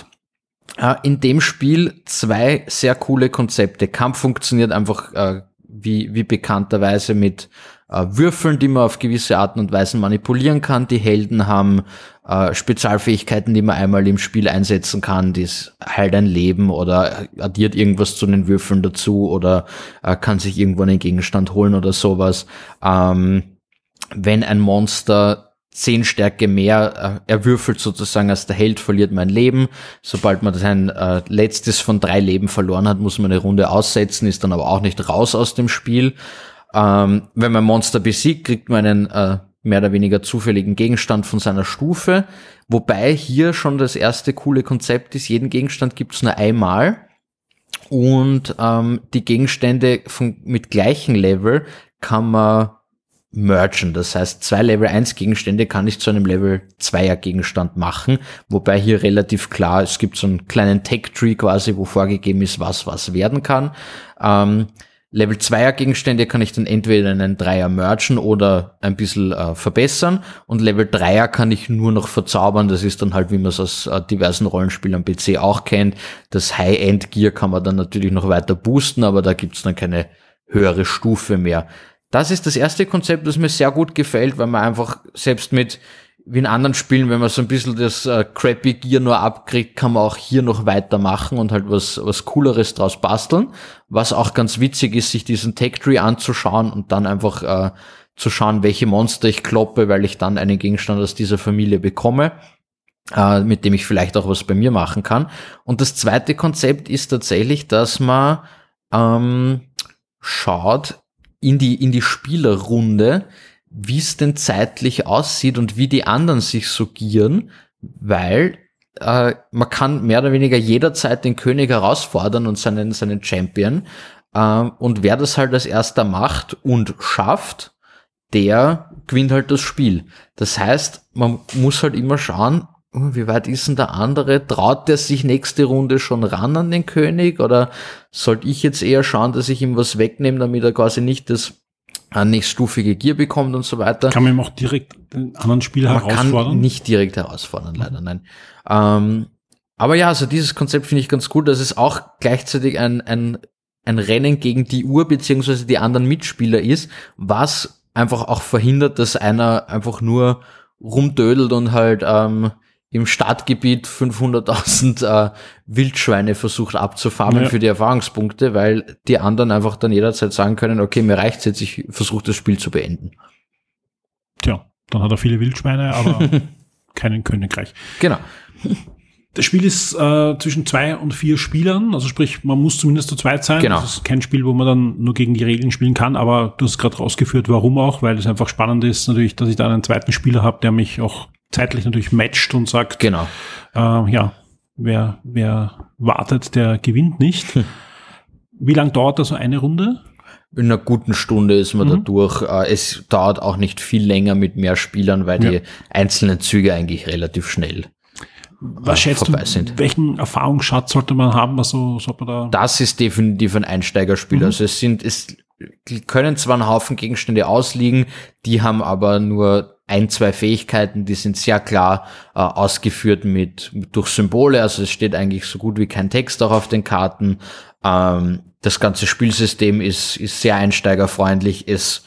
In dem Spiel zwei sehr coole Konzepte. Kampf funktioniert einfach äh, wie, wie bekannterweise mit äh, Würfeln, die man auf gewisse Arten und Weisen manipulieren kann. Die Helden haben äh, Spezialfähigkeiten, die man einmal im Spiel einsetzen kann. Das heilt ein Leben oder addiert irgendwas zu den Würfeln dazu oder äh, kann sich irgendwo einen Gegenstand holen oder sowas. Ähm, wenn ein Monster zehn Stärke mehr, äh, er würfelt sozusagen als der Held, verliert man ein Leben. Sobald man sein äh, letztes von drei Leben verloren hat, muss man eine Runde aussetzen, ist dann aber auch nicht raus aus dem Spiel. Ähm, wenn man Monster besiegt, kriegt man einen äh, mehr oder weniger zufälligen Gegenstand von seiner Stufe. Wobei hier schon das erste coole Konzept ist, jeden Gegenstand gibt's nur einmal. Und ähm, die Gegenstände von, mit gleichen Level kann man mergen. Das heißt, zwei Level eins Gegenstände kann ich zu einem Level zweier Gegenstand machen, wobei hier relativ klar, es gibt so einen kleinen Tech-Tree quasi, wo vorgegeben ist, was was werden kann. Ähm, Level zweier Gegenstände kann ich dann entweder in einen Dreier mergen oder ein bisschen äh, verbessern und Level Dreier kann ich nur noch verzaubern. Das ist dann halt, wie man es aus äh, diversen Rollenspielen am P C auch kennt. Das High-End-Gear kann man dann natürlich noch weiter boosten, aber da gibt's dann keine höhere Stufe mehr. Das ist das erste Konzept, das mir sehr gut gefällt, weil man einfach selbst mit, wie in anderen Spielen, wenn man so ein bisschen das äh, crappy Gear nur abkriegt, kann man auch hier noch weitermachen und halt was was Cooleres draus basteln. Was auch ganz witzig ist, sich diesen Tech-Tree anzuschauen und dann einfach äh, zu schauen, welche Monster ich kloppe, weil ich dann einen Gegenstand aus dieser Familie bekomme, äh, mit dem ich vielleicht auch was bei mir machen kann. Und das zweite Konzept ist tatsächlich, dass man ähm, schaut in die, in die Spielerrunde, wie es denn zeitlich aussieht und wie die anderen sich so gieren, weil äh, man kann mehr oder weniger jederzeit den König herausfordern und seinen, seinen Champion. Äh, und wer das halt als erster macht und schafft, der gewinnt halt das Spiel. Das heißt, man muss halt immer schauen, wie weit ist denn der andere? Traut der sich nächste Runde schon ran an den König? Oder sollte ich jetzt eher schauen, dass ich ihm was wegnehme, damit er quasi nicht das nächststufige Gier bekommt und so weiter? Kann man ihm auch direkt den anderen Spieler man herausfordern? Man kann nicht direkt herausfordern, leider, nein. Ähm, aber ja, also dieses Konzept finde ich ganz gut. Das ist auch gleichzeitig ein, ein, ein Rennen gegen die Uhr beziehungsweise die anderen Mitspieler ist, was einfach auch verhindert, dass einer einfach nur rumdödelt und halt ähm, im Startgebiet fünfhunderttausend äh, Wildschweine versucht abzufarmen ja. für die Erfahrungspunkte, weil die anderen einfach dann jederzeit sagen können, okay, mir reicht's jetzt, ich versuche das Spiel zu beenden. Tja, dann hat er viele Wildschweine, aber keinen Königreich. Genau. Das Spiel ist äh, zwischen zwei und vier Spielern, also sprich, man muss zumindest zu zweit sein. Genau. Das ist kein Spiel, wo man dann nur gegen die Regeln spielen kann, aber du hast gerade rausgeführt, warum auch, weil es einfach spannend ist, natürlich, dass ich da einen zweiten Spieler habe, der mich auch zeitlich natürlich matcht und sagt, genau. äh, ja, wer, wer wartet, der gewinnt nicht. Hm. Wie lang dauert da so eine Runde? In einer guten Stunde ist man mhm. da durch. Es dauert auch nicht viel länger mit mehr Spielern, weil ja. die einzelnen Züge eigentlich relativ schnell Was schätzt du, sind. Welchen Erfahrungsschatz sollte man haben? Also, sollte man da das ist definitiv ein Einsteigerspiel. Mhm. Also es sind, es können zwar einen Haufen Gegenstände ausliegen, die haben aber nur ein, zwei Fähigkeiten, die sind sehr klar äh, ausgeführt mit, mit durch Symbole. Also es steht eigentlich so gut wie kein Text auch auf den Karten. Ähm, das ganze Spielsystem ist, ist sehr einsteigerfreundlich. Es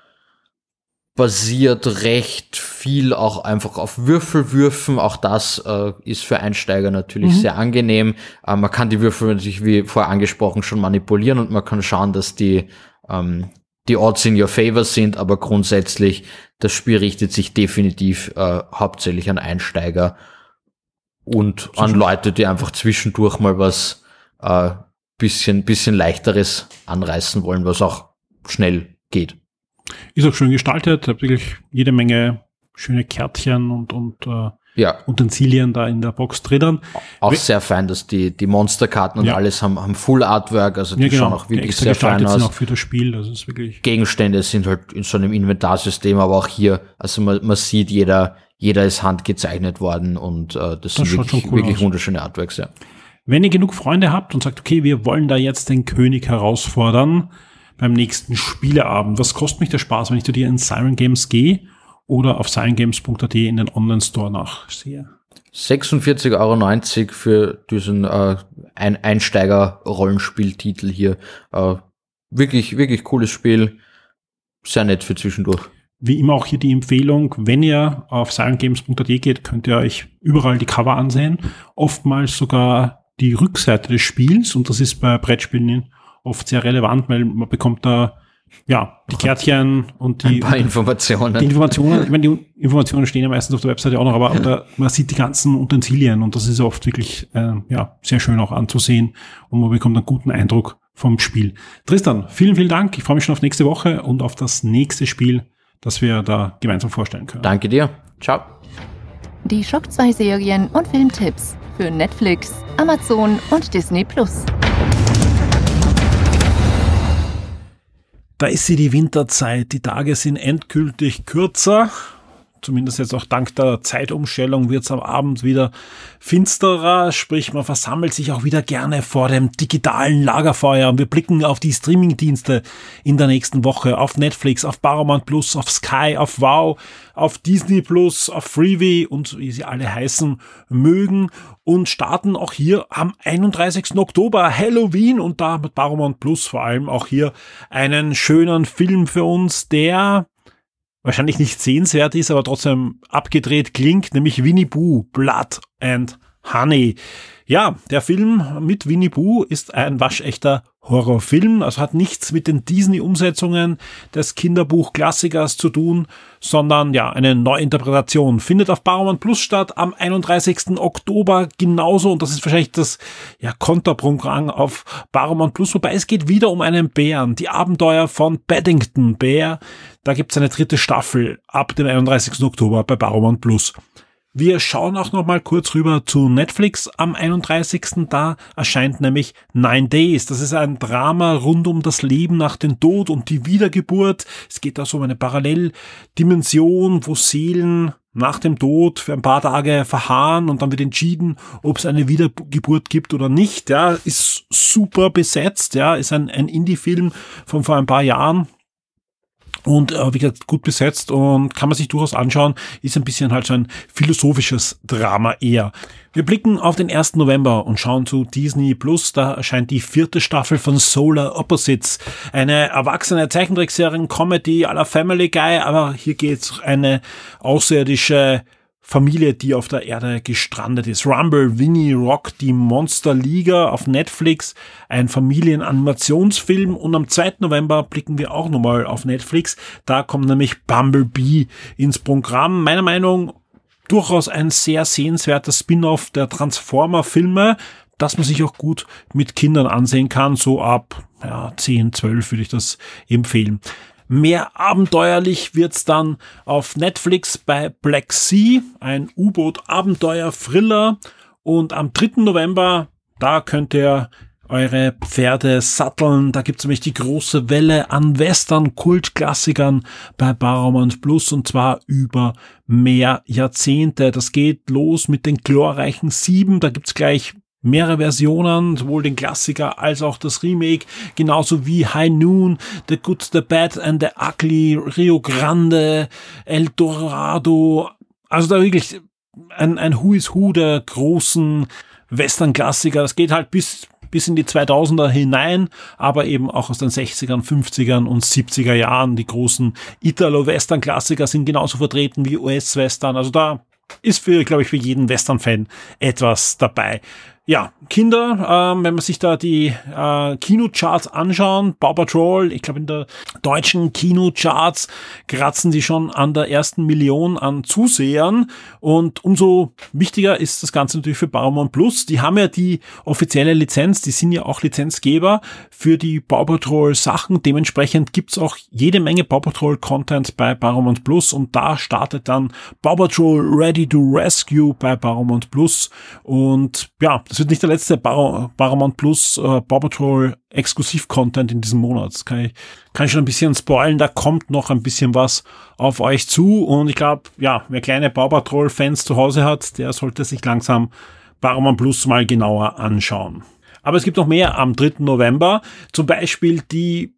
basiert recht viel auch einfach auf Würfelwürfen. Auch das äh, ist für Einsteiger natürlich mhm. sehr angenehm. Äh, man kann die Würfel natürlich, wie vorher angesprochen, schon manipulieren und man kann schauen, dass die ähm, die Odds in your favor sind, aber grundsätzlich das Spiel richtet sich definitiv äh, hauptsächlich an Einsteiger und an Leute, die einfach zwischendurch mal was äh, bisschen bisschen leichteres anreißen wollen, was auch schnell geht. Ist auch schön gestaltet, hat wirklich jede Menge schöne Kärtchen und, und äh, ja. Utensilien da in der Box drinnen. Auch We- sehr fein, dass die, die Monsterkarten und ja. alles haben, haben Full Artwork, also die ja, genau. schauen auch wirklich die sehr fein aus. Sind auch für das Spiel, das ist wirklich. Gegenstände sind halt in so einem Inventarsystem, aber auch hier, also man, man sieht, jeder, jeder ist handgezeichnet worden und äh, das, das sind wirklich, cool wirklich wunderschöne Artworks, ja. Wenn ihr genug Freunde habt und sagt, okay, wir wollen da jetzt den König herausfordern beim nächsten Spieleabend, was kostet mich der Spaß, wenn ich zu dir in Siren Games gehe oder auf siren games punkt a t in den Online-Store nachsehe? sechsundvierzig Euro neunzig für diesen äh, ein Einsteiger-Rollenspieltitel hier. Äh, wirklich, wirklich cooles Spiel. Sehr nett für zwischendurch. Wie immer auch hier die Empfehlung, wenn ihr auf siren games punkt a t geht, könnt ihr euch überall die Cover ansehen. Oftmals sogar die Rückseite des Spiels, und das ist bei Brettspielen oft sehr relevant, weil man bekommt da ja die Kärtchen und die, ein paar Informationen. Die Informationen, ich meine, die Informationen stehen ja meistens auf der Webseite auch noch, aber da, man sieht die ganzen Utensilien und das ist oft wirklich äh, ja sehr schön auch anzusehen und man bekommt einen guten Eindruck vom Spiel. Tristan, vielen, vielen Dank. Ich freue mich schon auf nächste Woche und auf das nächste Spiel, das wir da gemeinsam vorstellen können. Danke dir. Ciao. Die Shock zwei Serien und Filmtipps für Netflix, Amazon und Disney Plus. Da ist sie, die Winterzeit. Die Tage sind endgültig kürzer. Zumindest jetzt auch dank der Zeitumstellung wird es am Abend wieder finsterer. Sprich, man versammelt sich auch wieder gerne vor dem digitalen Lagerfeuer. Und wir blicken auf die Streamingdienste in der nächsten Woche. Auf Netflix, auf Paramount Plus, auf Sky, auf Wow, auf Disney Plus, auf Freevee und wie sie alle heißen mögen. Und starten auch hier am einunddreißigsten Oktober Halloween und da mit Paramount Plus vor allem auch hier einen schönen Film für uns, der wahrscheinlich nicht sehenswert ist, aber trotzdem abgedreht klingt, nämlich Winnie Pooh, Blood and Honey. Ja, der Film mit Winnie Pooh ist ein waschechter Horrorfilm, also hat nichts mit den Disney-Umsetzungen des Kinderbuch-Klassikers zu tun, sondern ja, eine Neuinterpretation. Findet auf Paramount Plus statt am einunddreißigsten Oktober genauso, und das ist wahrscheinlich das ja, Konterprogramm auf Paramount Plus, wobei es geht wieder um einen Bären, die Abenteuer von Paddington Bear. Da gibt's eine dritte Staffel ab dem einunddreißigsten Oktober bei Paramount Plus. Wir schauen auch noch mal kurz rüber zu Netflix am einunddreißigsten Da erscheint nämlich Nine Days. Das ist ein Drama rund um das Leben nach dem Tod und die Wiedergeburt. Es geht da so um eine Paralleldimension, wo Seelen nach dem Tod für ein paar Tage verharren und dann wird entschieden, ob es eine Wiedergeburt gibt oder nicht. Ja, ist super besetzt. Ja, ist ein, ein Indie-Film von vor ein paar Jahren. Und äh, wie gesagt, gut besetzt und kann man sich durchaus anschauen, ist ein bisschen halt so ein philosophisches Drama eher. Wir blicken auf den ersten November und schauen zu Disney Plus. Da erscheint die vierte Staffel von Solar Opposites. Eine erwachsene Zeichentrickserien-Comedy à la Family Guy, aber hier geht's eine außerirdische Familie, die auf der Erde gestrandet ist. Rumble, Winnie, Rock, die Monsterliga auf Netflix, ein Familienanimationsfilm, und am zweiten November blicken wir auch nochmal auf Netflix. Da kommt nämlich Bumblebee ins Programm. Meiner Meinung nach durchaus ein sehr sehenswerter Spin-off der Transformer-Filme, dass man sich auch gut mit Kindern ansehen kann. So ab ja, zehn, zwölf würde ich das empfehlen. Mehr abenteuerlich wird's dann auf Netflix bei Black Sea, ein U-Boot-Abenteuer-Thriller. Und am dritten November, da könnt ihr eure Pferde satteln. Da gibt's nämlich die große Welle an Western-Kultklassikern bei Paramount Plus, und zwar über mehr Jahrzehnte. Das geht los mit den glorreichen Sieben. Da gibt's gleich mehrere Versionen, sowohl den Klassiker als auch das Remake, genauso wie High Noon, The Good, The Bad and The Ugly, Rio Grande, El Dorado. Also da wirklich ein, ein Who is Who der großen Western-Klassiker. Das geht halt bis bis in die zweitausender hinein, aber eben auch aus den sechzigern, fünfzigern und siebziger Jahren. Die großen Italo-Western-Klassiker sind genauso vertreten wie U S-Western. Also da ist für, glaube ich, für jeden Western-Fan etwas dabei. Ja, Kinder, ähm, wenn man sich da die äh, Kinocharts anschauen, Paw Patrol, ich glaube in der deutschen Kinocharts kratzen die schon an der ersten Million an Zusehern, und umso wichtiger ist das Ganze natürlich für Paramount Plus. Die haben ja die offizielle Lizenz, die sind ja auch Lizenzgeber für die Paw Patrol Sachen, dementsprechend gibt's auch jede Menge Paw Patrol Content bei Paramount Plus, und da startet dann Paw Patrol Ready to Rescue bei Paramount Plus, und ja, das wird nicht der letzte Par- Paramount Plus äh, Paw Patrol Exklusiv-Content in diesem Monat. Das kann ich, kann ich schon ein bisschen spoilen. Da kommt noch ein bisschen was auf euch zu, und ich glaube, ja, wer kleine Paw Patrol Fans zu Hause hat, der sollte sich langsam Paramount Plus mal genauer anschauen. Aber es gibt noch mehr am dritten November. Zum Beispiel die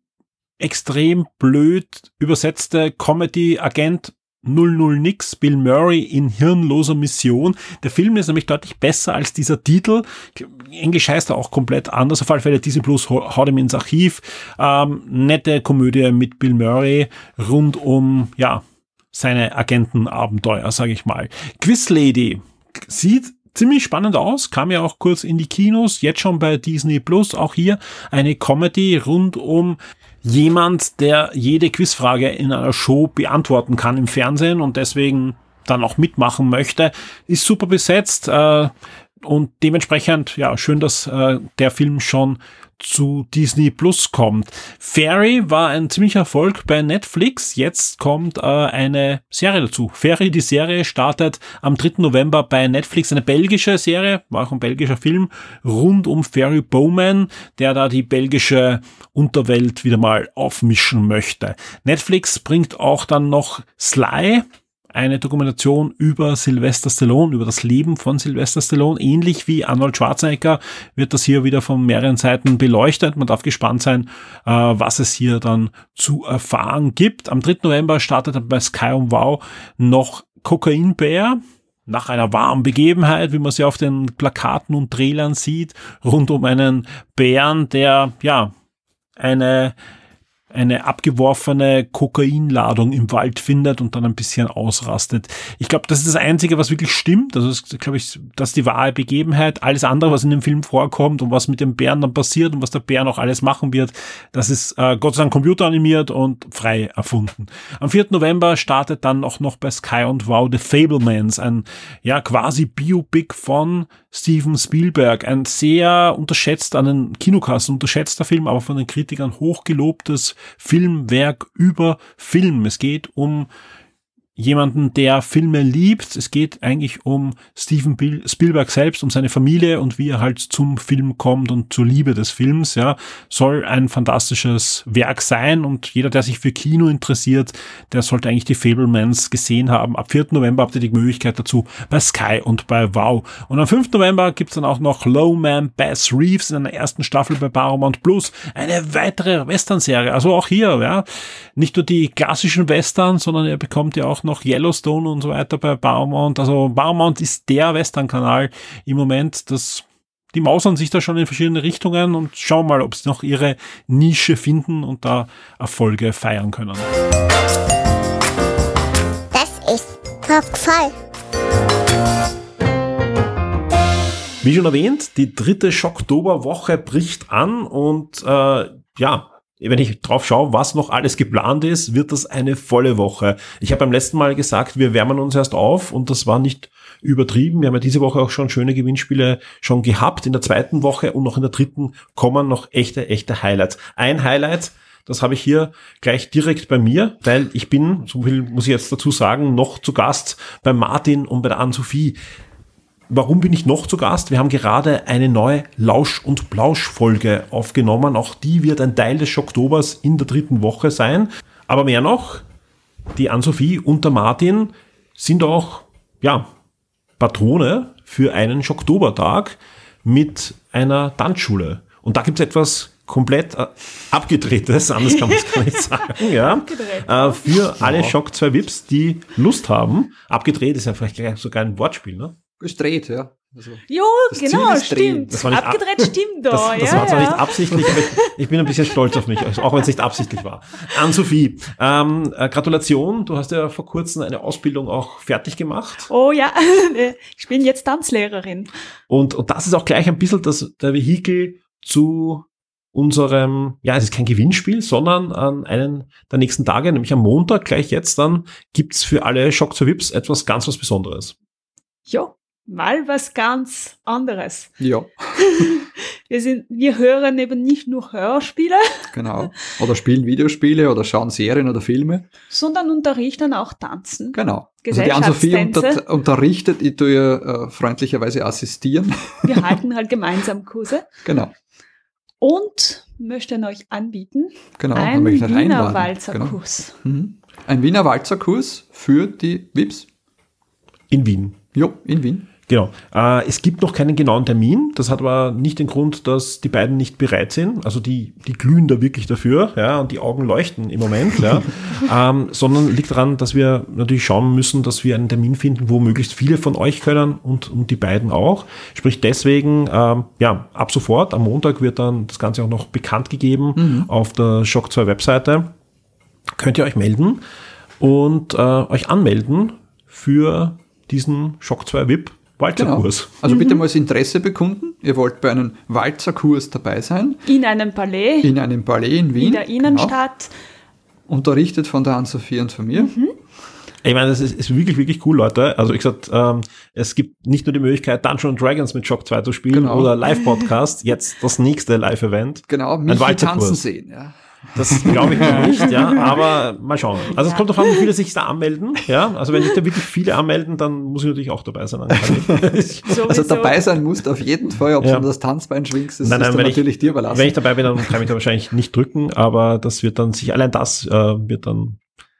extrem blöd übersetzte Comedy-Agent null null nix, Bill Murray in hirnloser Mission. Der Film ist nämlich deutlich besser als dieser Titel. Englisch heißt er auch komplett anders. Auf alle Fälle Disney Plus haut ihm ins Archiv. Ähm, nette Komödie mit Bill Murray rund um, ja, seine Agentenabenteuer, sage ich mal. Quiz Lady sieht ziemlich spannend aus, kam ja auch kurz in die Kinos, jetzt schon bei Disney Plus. Auch hier eine Comedy rund um jemand, der jede Quizfrage in einer Show beantworten kann im Fernsehen und deswegen dann auch mitmachen möchte. Ist super besetzt äh, und dementsprechend, ja, schön, dass äh, der Film schon zu Disney Plus kommt. Fairy war ein ziemlicher Erfolg bei Netflix. Jetzt kommt äh, eine Serie dazu. Fairy, die Serie, startet am dritten November bei Netflix. Eine belgische Serie, war auch ein belgischer Film, rund um Fairy Bowman, der da die belgische Unterwelt wieder mal aufmischen möchte. Netflix bringt auch dann noch Sly, eine Dokumentation über Sylvester Stallone, über das Leben von Sylvester Stallone. Ähnlich wie Arnold Schwarzenegger wird das hier wieder von mehreren Seiten beleuchtet. Man darf gespannt sein, äh, was es hier dann zu erfahren gibt. Am dritten November startet dann bei Sky und Wow noch Cocaine Bear. Nach einer wahren Begebenheit, wie man sie auf den Plakaten und Trailern sieht, rund um einen Bären, der, ja, eine eine abgeworfene Kokainladung im Wald findet und dann ein bisschen ausrastet. Ich glaube, das ist das Einzige, was wirklich stimmt. Das ist, glaube ich, das ist die wahre Begebenheit. Alles andere, was in dem Film vorkommt und was mit dem Bären dann passiert und was der Bär noch alles machen wird, das ist äh, Gott sei Dank computeranimiert und frei erfunden. Am vierten November startet dann auch noch bei Sky und Wow The Fabelmans, ein ja quasi Biopic von Steven Spielberg. Ein sehr unterschätzt, an den Kinokassen unterschätzter Film, aber von den Kritikern hochgelobtes Filmwerk über Film. Es geht um jemanden, der Filme liebt. Es geht eigentlich um Steven Spielberg selbst, um seine Familie und wie er halt zum Film kommt und zur Liebe des Films. Ja, soll ein fantastisches Werk sein und jeder, der sich für Kino interessiert, der sollte eigentlich die Fabelmans gesehen haben. Ab vierten November habt ihr die Möglichkeit dazu bei Sky und bei Wow. Und am fünften November gibt's dann auch noch Lowman Bass Reeves in einer ersten Staffel bei Paramount Plus. Eine weitere Western-Serie. Also auch hier, ja, nicht nur die klassischen Western, sondern ihr bekommt ja auch noch noch Yellowstone und so weiter bei Paramount. Also Paramount ist der Western-Kanal im Moment. Das, die mausern sich da schon in verschiedene Richtungen und schauen mal, ob sie noch ihre Nische finden und da Erfolge feiern können. Das ist Schockvoll. Wie schon erwähnt, die dritte Schocktoberwoche bricht an und äh, ja, wenn ich drauf schaue, was noch alles geplant ist, wird das eine volle Woche. Ich habe beim letzten Mal gesagt, wir wärmen uns erst auf und das war nicht übertrieben. Wir haben ja diese Woche auch schon schöne Gewinnspiele schon gehabt. In der zweiten Woche und noch in der dritten kommen noch echte, echte Highlights. Ein Highlight, das habe ich hier gleich direkt bei mir, weil ich bin, so viel muss ich jetzt dazu sagen, noch zu Gast bei Martin und bei der Ann-Sophie. Warum bin ich noch zu Gast? Wir haben gerade eine neue Lausch- und Plausch-Folge aufgenommen. Auch die wird ein Teil des Schocktobers in der dritten Woche sein. Aber mehr noch, die Ann-Sophie und der Martin sind auch, ja, Patrone für einen Schocktobertag mit einer Tanzschule. Und da gibt es etwas komplett äh, abgedrehtes, anders kann man es gar nicht sagen, ja, äh, für alle Schock zwei V I Ps, die Lust haben. Abgedreht ist ja vielleicht sogar ein Wortspiel, ne? Gestreht, ja. Also, jo, genau, stimmt. Das war nicht abgedreht ab- stimmt da. Das, das ja, war zwar ja. nicht absichtlich, aber ich bin ein bisschen stolz auf mich, auch wenn es nicht absichtlich war. Ann-Sophie, ähm, äh, Gratulation, du hast ja vor kurzem eine Ausbildung auch fertig gemacht. Oh ja, ich bin jetzt Tanzlehrerin. Und, und das ist auch gleich ein bisschen das, der Vehikel zu unserem, ja, es ist kein Gewinnspiel, sondern an einen der nächsten Tage, nämlich am Montag, gleich jetzt dann, gibt's für alle Schock zwei V I Ps etwas ganz was Besonderes. Ja. Mal was ganz anderes. Ja. Wir sind, wir hören eben nicht nur Hörspiele. Genau. Oder spielen Videospiele oder schauen Serien oder Filme. Sondern unterrichten auch Tanzen. Genau. Also die Ann-Sophie unter, unterrichtet, ich tue ihr äh, freundlicherweise assistieren. Wir halten halt gemeinsam Kurse. Genau. Und möchten euch anbieten, genau, einen Wiener Walzerkurs. Genau. Mhm. Ein Wiener Walzerkurs für die V I Ps. In Wien. Jo, in Wien. Genau. Äh, es gibt noch keinen genauen Termin. Das hat aber nicht den Grund, dass die beiden nicht bereit sind. Also die, die glühen da wirklich dafür, ja, und die Augen leuchten im Moment, ja. ähm, sondern liegt daran, dass wir natürlich schauen müssen, dass wir einen Termin finden, wo möglichst viele von euch können und, und die beiden auch. Sprich deswegen, ähm, ja, ab sofort, am Montag wird dann das Ganze auch noch bekannt gegeben mhm. auf der Schock zwei Webseite. Könnt ihr euch melden und äh, euch anmelden für diesen Schock zwei V I P Walzerkurs. Genau. Also bitte mal das Interesse bekunden. Ihr wollt bei einem Walzerkurs dabei sein. In einem Palais. In einem Palais in Wien. In der Innenstadt. Genau. Unterrichtet von der Ann-Sophie und von mir. Mhm. Ich meine, das ist, ist wirklich, wirklich cool, Leute. Also ich gesagt, ähm, es gibt nicht nur die Möglichkeit, Dungeons and Dragons mit Schock zwei zu spielen genau. oder Live-Podcast, jetzt das nächste Live-Event. Genau, mich tanzen sehen, ja. Das glaube ich noch nicht, ja, aber mal schauen. Also es kommt davon, wie viele sich da anmelden, ja. Also wenn sich da wirklich viele anmelden, dann muss ich natürlich auch dabei sein. Also dabei sein musst auf jeden Fall, ob ja. du das Tanzbein schwingst, das nein, nein, ist dann natürlich ich, dir überlassen. Wenn ich dabei bin, dann kann ich da wahrscheinlich nicht drücken, aber das wird dann sich, allein das äh, wird dann,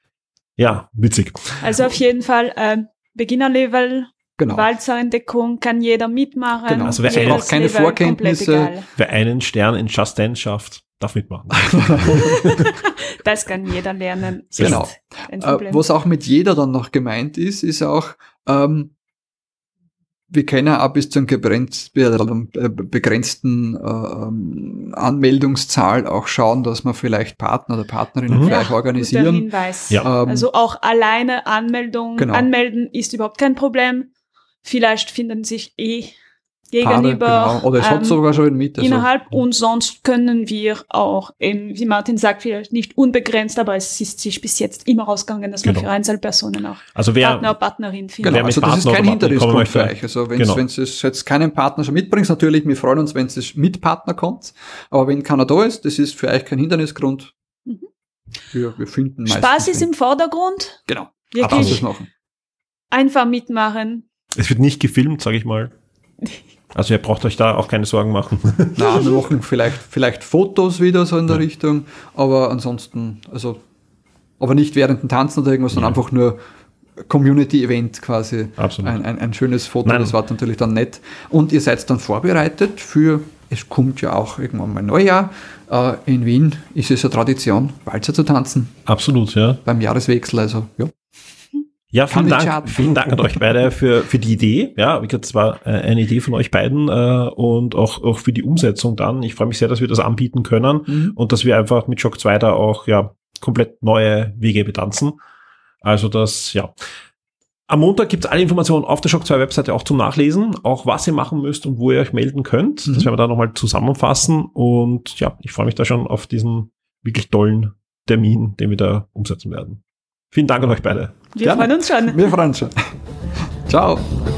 ja, witzig. Also auf jeden Fall äh, Beginnerlevel. Genau. Walzerentdeckung kann jeder mitmachen. Genau. Also wer braucht keine Level, Vorkenntnisse. Wer einen Stern in Just Dance schafft, darf mitmachen. Das kann jeder lernen. Genau. Äh, was auch mit jeder dann noch gemeint ist, ist auch, ähm, wir können auch bis zu einer begrenzten äh, Anmeldungszahl auch schauen, dass wir vielleicht Partner oder Partnerinnen Mhm. vielleicht Ja, organisieren. guter Hinweis. Ja. Ähm, Also auch alleine Anmeldung, Genau. anmelden ist überhaupt kein Problem. Vielleicht finden sich eh Paare, gegenüber genau. Oder es hat ähm, sogar schon mit. Also, innerhalb und sonst können wir auch, eben, wie Martin sagt, vielleicht nicht unbegrenzt, aber es ist sich bis jetzt immer rausgegangen, dass man Genau. für Einzelpersonen auch Also wer, Partner oder Partnerin findet. Genau, Wer mit also das ist Partner kein oder Partner kommen Hindernisgrund für möchte. euch. Also wenn Genau. es jetzt keinen Partner schon mitbringt, natürlich, wir freuen uns, wenn es mit Partner kommt. Aber wenn keiner da ist, das ist für euch kein Hindernisgrund. Mhm. Wir, wir finden meistens Spaß ist den- im Vordergrund, Genau. wirklich Darfst du es machen. einfach mitmachen. es wird nicht gefilmt, sage ich mal. Also ihr braucht euch da auch keine Sorgen machen. Nein, wir machen vielleicht, vielleicht Fotos wieder so in der Richtung, aber ansonsten, also, aber nicht während dem Tanzen oder irgendwas, sondern einfach nur Community-Event quasi. Absolut. Ein, ein, ein schönes Foto, Nein. das war natürlich dann nett. Und ihr seid dann vorbereitet für, es kommt ja auch irgendwann mal Neujahr. Äh, in Wien ist es eine Tradition, Walzer zu tanzen Absolut, ja. beim Jahreswechsel, also ja. Ja, Kann vielen nicht Dank, schaden. vielen Dank an euch beide für, für die Idee. Ja, wie gesagt, es war äh, eine Idee von euch beiden äh, und auch, auch für die Umsetzung dann. Ich freue mich sehr, dass wir das anbieten können Mhm. und dass wir einfach mit Shock zwei da auch ja komplett neue Wege betanzen. Also das, ja. Am Montag gibt es alle Informationen auf der Shock zwei Webseite auch zum Nachlesen, auch was ihr machen müsst und wo ihr euch melden könnt. Mhm. Das werden wir da nochmal zusammenfassen und ja, ich freue mich da schon auf diesen wirklich tollen Termin, den wir da umsetzen werden. Vielen Dank an euch beide. Wir Gerne. freuen uns schon. Wir freuen uns schon. Ciao.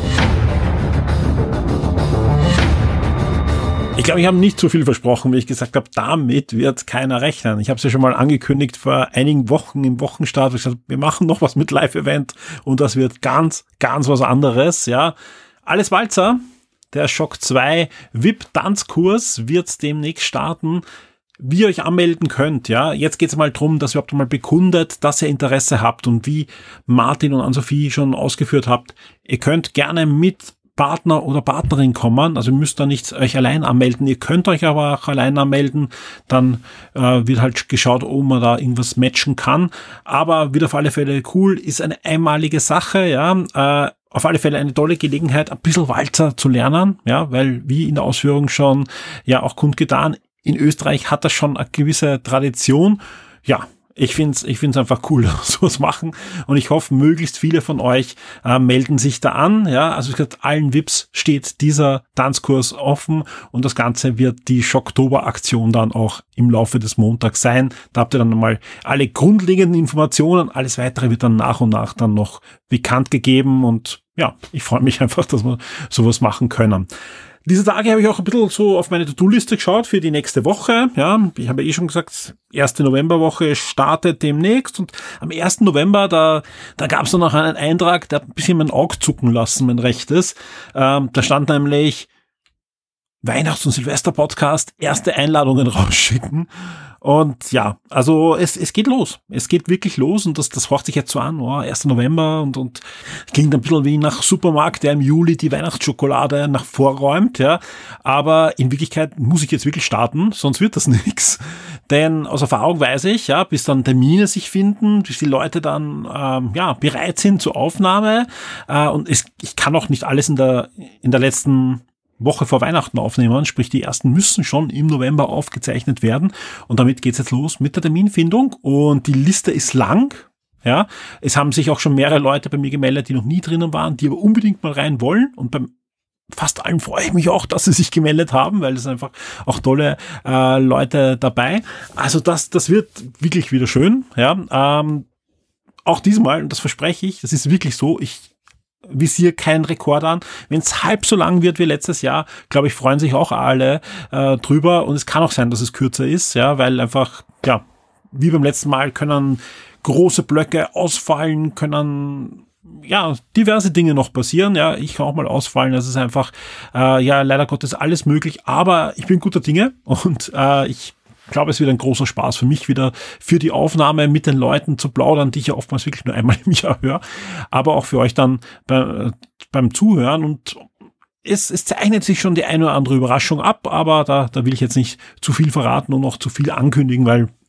Ich glaube, ich habe nicht zu viel versprochen, wie ich gesagt habe, damit wird keiner rechnen. Ich habe es ja schon mal angekündigt vor einigen Wochen im Wochenstart. Ich gesagt, wir machen noch was mit Live-Event und das wird ganz, ganz was anderes. Ja, alles Walzer. Der Shock zwei V I P-Tanzkurs wird demnächst starten. Wie ihr euch anmelden könnt, ja. Jetzt geht es mal drum, dass ihr überhaupt mal bekundet, dass ihr Interesse habt und wie Martin und Ann-Sophie schon ausgeführt habt, ihr könnt gerne mit Partner oder Partnerin kommen, also ihr müsst da nicht euch allein anmelden, ihr könnt euch aber auch allein anmelden, dann äh, wird halt geschaut, ob man da irgendwas matchen kann, aber wird auf alle Fälle cool, ist eine einmalige Sache, ja, äh, auf alle Fälle eine tolle Gelegenheit, ein bisschen Walzer zu lernen, ja, weil wie in der Ausführung schon ja auch kundgetan, in Österreich hat das schon eine gewisse Tradition. Ja, ich find's, ich find's einfach cool, sowas machen. Und ich hoffe, möglichst viele von euch äh, melden sich da an. Ja, also ich gesagt, allen V I Ps steht dieser Tanzkurs offen und das Ganze wird die Schocktober-Aktion dann auch im Laufe des Montags sein. Da habt ihr dann mal alle grundlegenden Informationen. Alles weitere wird dann nach und nach dann noch bekannt gegeben und ja, ich freue mich einfach, dass wir sowas machen können. Diese Tage habe ich auch ein bisschen so auf meine To-Do-Liste geschaut für die nächste Woche. Ja, ich habe eh schon gesagt, erste Novemberwoche startet demnächst und am ersten November, da, da gab es dann noch einen Eintrag, der hat ein bisschen mein Auge zucken lassen, mein rechtes. Ähm, da stand nämlich Weihnachts- und Silvester-Podcast, erste Einladungen rausschicken. Und ja, also es, es geht los. Es geht wirklich los und das, das hört sich jetzt so an, oh, erster November und, und klingt ein bisschen wie nach Supermarkt, der im Juli die Weihnachtsschokolade nach vorräumt, ja. Aber in Wirklichkeit muss ich jetzt wirklich starten, sonst wird das nichts. Denn aus Erfahrung weiß ich, ja, bis dann Termine sich finden, bis die Leute dann ähm, ja bereit sind zur Aufnahme. Äh, und es, ich kann auch nicht alles in der in der letzten Woche vor Weihnachten aufnehmen, sprich die ersten müssen schon im November aufgezeichnet werden und damit geht's jetzt los mit der Terminfindung und die Liste ist lang, ja, es haben sich auch schon mehrere Leute bei mir gemeldet, die noch nie drinnen waren, die aber unbedingt mal rein wollen und beim fast allen freue ich mich auch, dass sie sich gemeldet haben, weil es einfach auch tolle äh, Leute dabei, also das, das wird wirklich wieder schön, ja, ähm, auch diesmal, und das verspreche ich, das ist wirklich so, ich visier keinen Rekord an. Wenn es halb so lang wird wie letztes Jahr, glaube ich, freuen sich auch alle äh, drüber. Und es kann auch sein, dass es kürzer ist, ja, weil einfach, ja, wie beim letzten Mal können große Blöcke ausfallen, können ja diverse Dinge noch passieren. Ja, ich kann auch mal ausfallen. Das ist einfach, äh, ja, leider Gottes alles möglich. Aber ich bin guter Dinge und äh, ich Ich glaube, es wird ein großer Spaß für mich wieder für die Aufnahme mit den Leuten zu plaudern, die ich ja oftmals wirklich nur einmal im Jahr höre, aber auch für euch dann bei, beim Zuhören und es, es zeichnet sich schon die eine oder andere Überraschung ab, aber da, da will ich jetzt nicht zu viel verraten und noch zu viel ankündigen, weil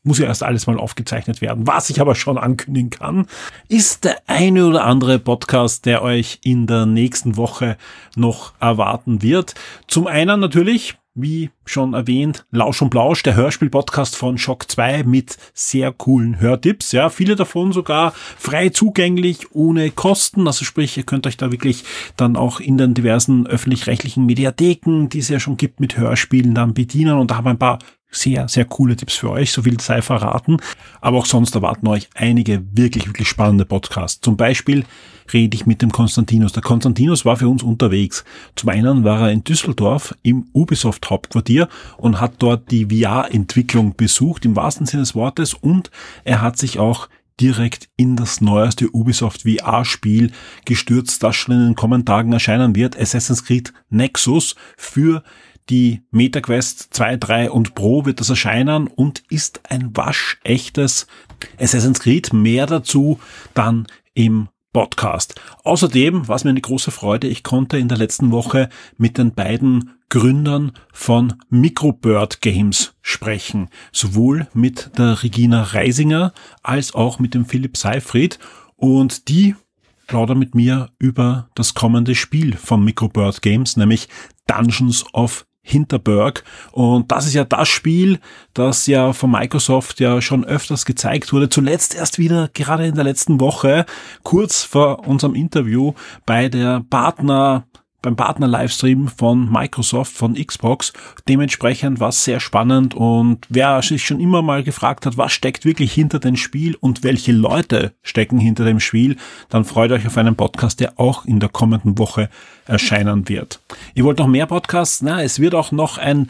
muss ja erst alles mal aufgezeichnet werden. Was ich aber schon ankündigen kann, ist der eine oder andere Podcast, der euch in der nächsten Woche noch erwarten wird. Zum einen natürlich, wie schon erwähnt, Lausch und Blausch, der Hörspiel-Podcast von Shock zwei mit sehr coolen Hörtipps. Ja, viele davon sogar frei zugänglich, ohne Kosten. Also sprich, ihr könnt euch da wirklich dann auch in den diversen öffentlich-rechtlichen Mediatheken, die es ja schon gibt, mit Hörspielen dann bedienen. Und da haben wir ein paar sehr, sehr coole Tipps für euch, so viel sei verraten. Aber auch sonst erwarten euch einige wirklich, wirklich spannende Podcasts. Zum Beispiel rede ich mit dem Konstantinos. Der Konstantinos war für uns unterwegs. Zum einen war er in Düsseldorf im Ubisoft-Hauptquartier und hat dort die V R-Entwicklung besucht, im wahrsten Sinne des Wortes. Und er hat sich auch direkt in das neueste Ubisoft V R-Spiel gestürzt, das schon in den kommenden Tagen erscheinen wird. Assassin's Creed Nexus für die MetaQuest zwei, drei und Pro wird das erscheinen und ist ein waschechtes Assassin's Creed. Mehr dazu dann im Podcast. Außerdem war es mir eine große Freude, ich konnte in der letzten Woche mit den beiden Gründern von Microbird Games sprechen. Sowohl mit der Regina Reisinger als auch mit dem Philipp Seifried. Und die plaudern mit mir über das kommende Spiel von Microbird Games, nämlich Dungeons of Hinterberg. Und das ist ja das Spiel, das ja von Microsoft ja schon öfters gezeigt wurde. Zuletzt erst wieder, gerade in der letzten Woche, kurz vor unserem Interview bei der Partner beim Partner-Livestream von Microsoft, von Xbox. Dementsprechend war es sehr spannend und wer sich schon immer mal gefragt hat, was steckt wirklich hinter dem Spiel und welche Leute stecken hinter dem Spiel, dann freut euch auf einen Podcast, der auch in der kommenden Woche erscheinen wird. Ihr wollt noch mehr Podcasts? Na, es wird auch noch ein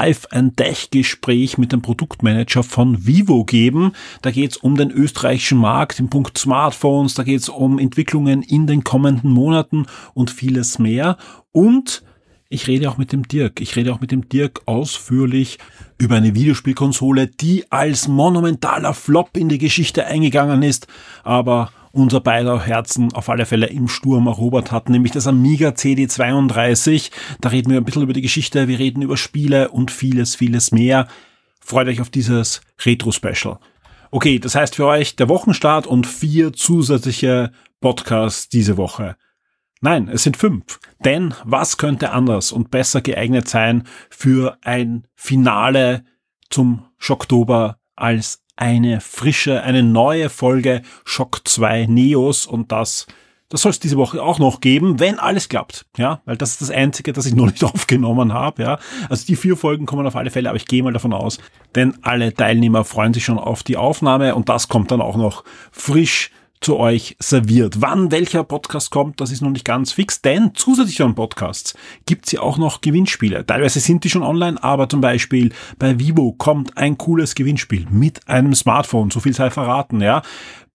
Live-and-Tech-Gespräch mit dem Produktmanager von Vivo geben. Da geht es um den österreichischen Markt im Punkt Smartphones, da geht es um Entwicklungen in den kommenden Monaten und vieles mehr. Und ich rede auch mit dem Dirk. Ich rede auch mit dem Dirk ausführlich über eine Videospielkonsole, die als monumentaler Flop in die Geschichte eingegangen ist, aber unser beider Herzen auf alle Fälle im Sturm erobert hat, nämlich das Amiga C D zweiunddreißig. Da reden wir ein bisschen über die Geschichte, wir reden über Spiele und vieles, vieles mehr. Freut euch auf dieses Retro-Special. Okay, das heißt für euch der Wochenstart und vier zusätzliche Podcasts diese Woche. Nein, es sind fünf. Denn was könnte anders und besser geeignet sein für ein Finale zum Schocktober als eine frische, eine neue Folge Shock zwei Neos, und das, das soll es diese Woche auch noch geben, wenn alles klappt, ja, weil das ist das Einzige, das ich noch nicht aufgenommen habe, ja. Also die vier Folgen kommen auf alle Fälle, aber ich gehe mal davon aus, denn alle Teilnehmer freuen sich schon auf die Aufnahme und das kommt dann auch noch frisch zu euch serviert. Wann welcher Podcast kommt, das ist noch nicht ganz fix, denn zusätzlich zu den Podcasts gibt's ja auch noch Gewinnspiele. Teilweise sind die schon online, aber zum Beispiel bei Vivo kommt ein cooles Gewinnspiel mit einem Smartphone, so viel sei verraten, ja.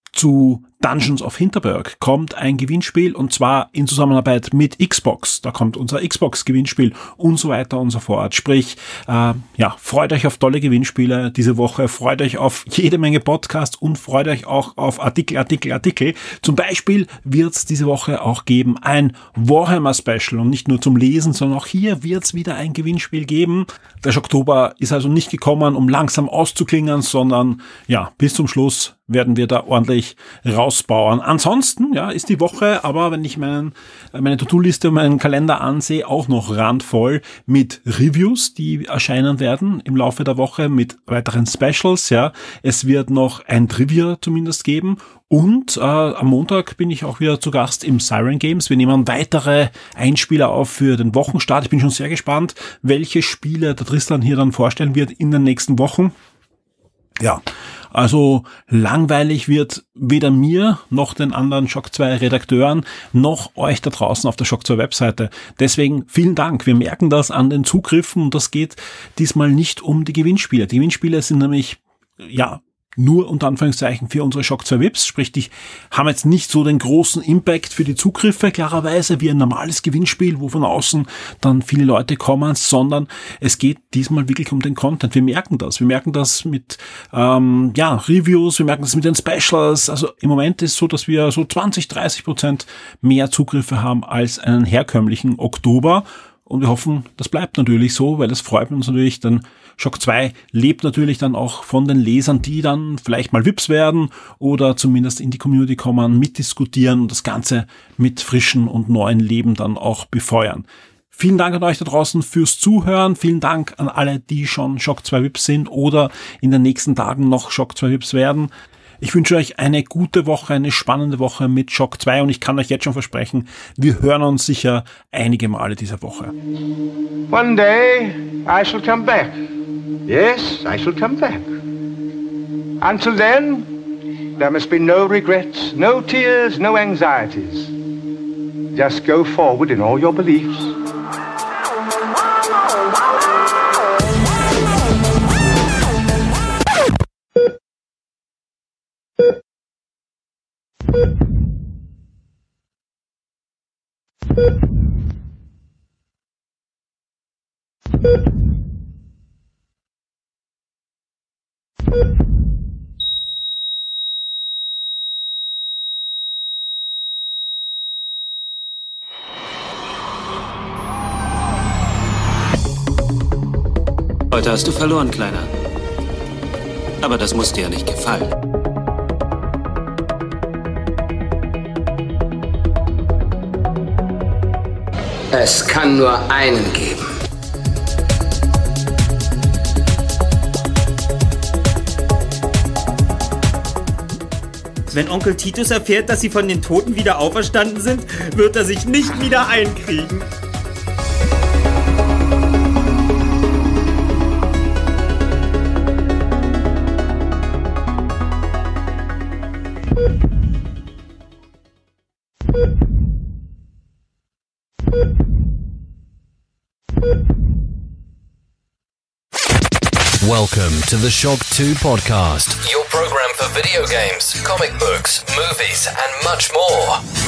Zu Dungeons of Hinterberg kommt ein Gewinnspiel und zwar in Zusammenarbeit mit Xbox. Da kommt unser Xbox-Gewinnspiel und so weiter und so fort. Sprich, äh, ja, freut euch auf tolle Gewinnspiele diese Woche, freut euch auf jede Menge Podcasts und freut euch auch auf Artikel, Artikel, Artikel. Zum Beispiel wird es diese Woche auch geben ein Warhammer-Special und nicht nur zum Lesen, sondern auch hier wird es wieder ein Gewinnspiel geben. Der Schocktober ist also nicht gekommen, um langsam auszuklingen, sondern ja, bis zum Schluss werden wir da ordentlich rausbauen. Ansonsten, ja, ist die Woche, aber wenn ich meinen, meine To-Do-Liste und meinen Kalender ansehe, auch noch randvoll mit Reviews, die erscheinen werden im Laufe der Woche, mit weiteren Specials, ja. Es wird noch ein Trivia zumindest geben und äh, am Montag bin ich auch wieder zu Gast im Siren Games. Wir nehmen weitere Einspieler auf für den Wochenstart. Ich bin schon sehr gespannt, welche Spiele der Tristan hier dann vorstellen wird in den nächsten Wochen. Ja, also langweilig wird weder mir noch den anderen Shock zwei Redakteuren noch euch da draußen auf der Shock zwei Webseite. Deswegen vielen Dank. Wir merken das an den Zugriffen und das geht diesmal nicht um die Gewinnspiele. Die Gewinnspiele sind nämlich, ja, nur unter Anführungszeichen für unsere Shock zwei V I Ps, sprich, die haben jetzt nicht so den großen Impact für die Zugriffe, klarerweise, wie ein normales Gewinnspiel, wo von außen dann viele Leute kommen, sondern es geht diesmal wirklich um den Content. Wir merken das. Wir merken das mit ähm, ja Reviews, wir merken das mit den Specials. Also im Moment ist es so, dass wir so zwanzig, dreißig Prozent mehr Zugriffe haben als einen herkömmlichen Oktober. Und wir hoffen, das bleibt natürlich so, weil das freut uns natürlich, denn Shock zwei lebt natürlich dann auch von den Lesern, die dann vielleicht mal V I Ps werden oder zumindest in die Community kommen, mitdiskutieren und das Ganze mit frischen und neuen Leben dann auch befeuern. Vielen Dank an euch da draußen fürs Zuhören. Vielen Dank an alle, die schon Shock zwei V I Ps sind oder in den nächsten Tagen noch Shock zwei V I Ps werden. Ich wünsche euch eine gute Woche, eine spannende Woche mit Shock zwei und ich kann euch jetzt schon versprechen, wir hören uns sicher einige Male dieser Woche. One day I shall come back. Yes, I shall come back. Until then, there must be no regrets, no tears, no anxieties. Just go forward in all your beliefs. Heute hast du verloren, Kleiner. Aber das muss dir ja nicht gefallen. Es kann nur einen geben. Wenn Onkel Titus erfährt, dass sie von den Toten wieder auferstanden sind, wird er sich nicht wieder einkriegen. Welcome to the Shock two podcast, your program for video games, comic books, movies, and much more.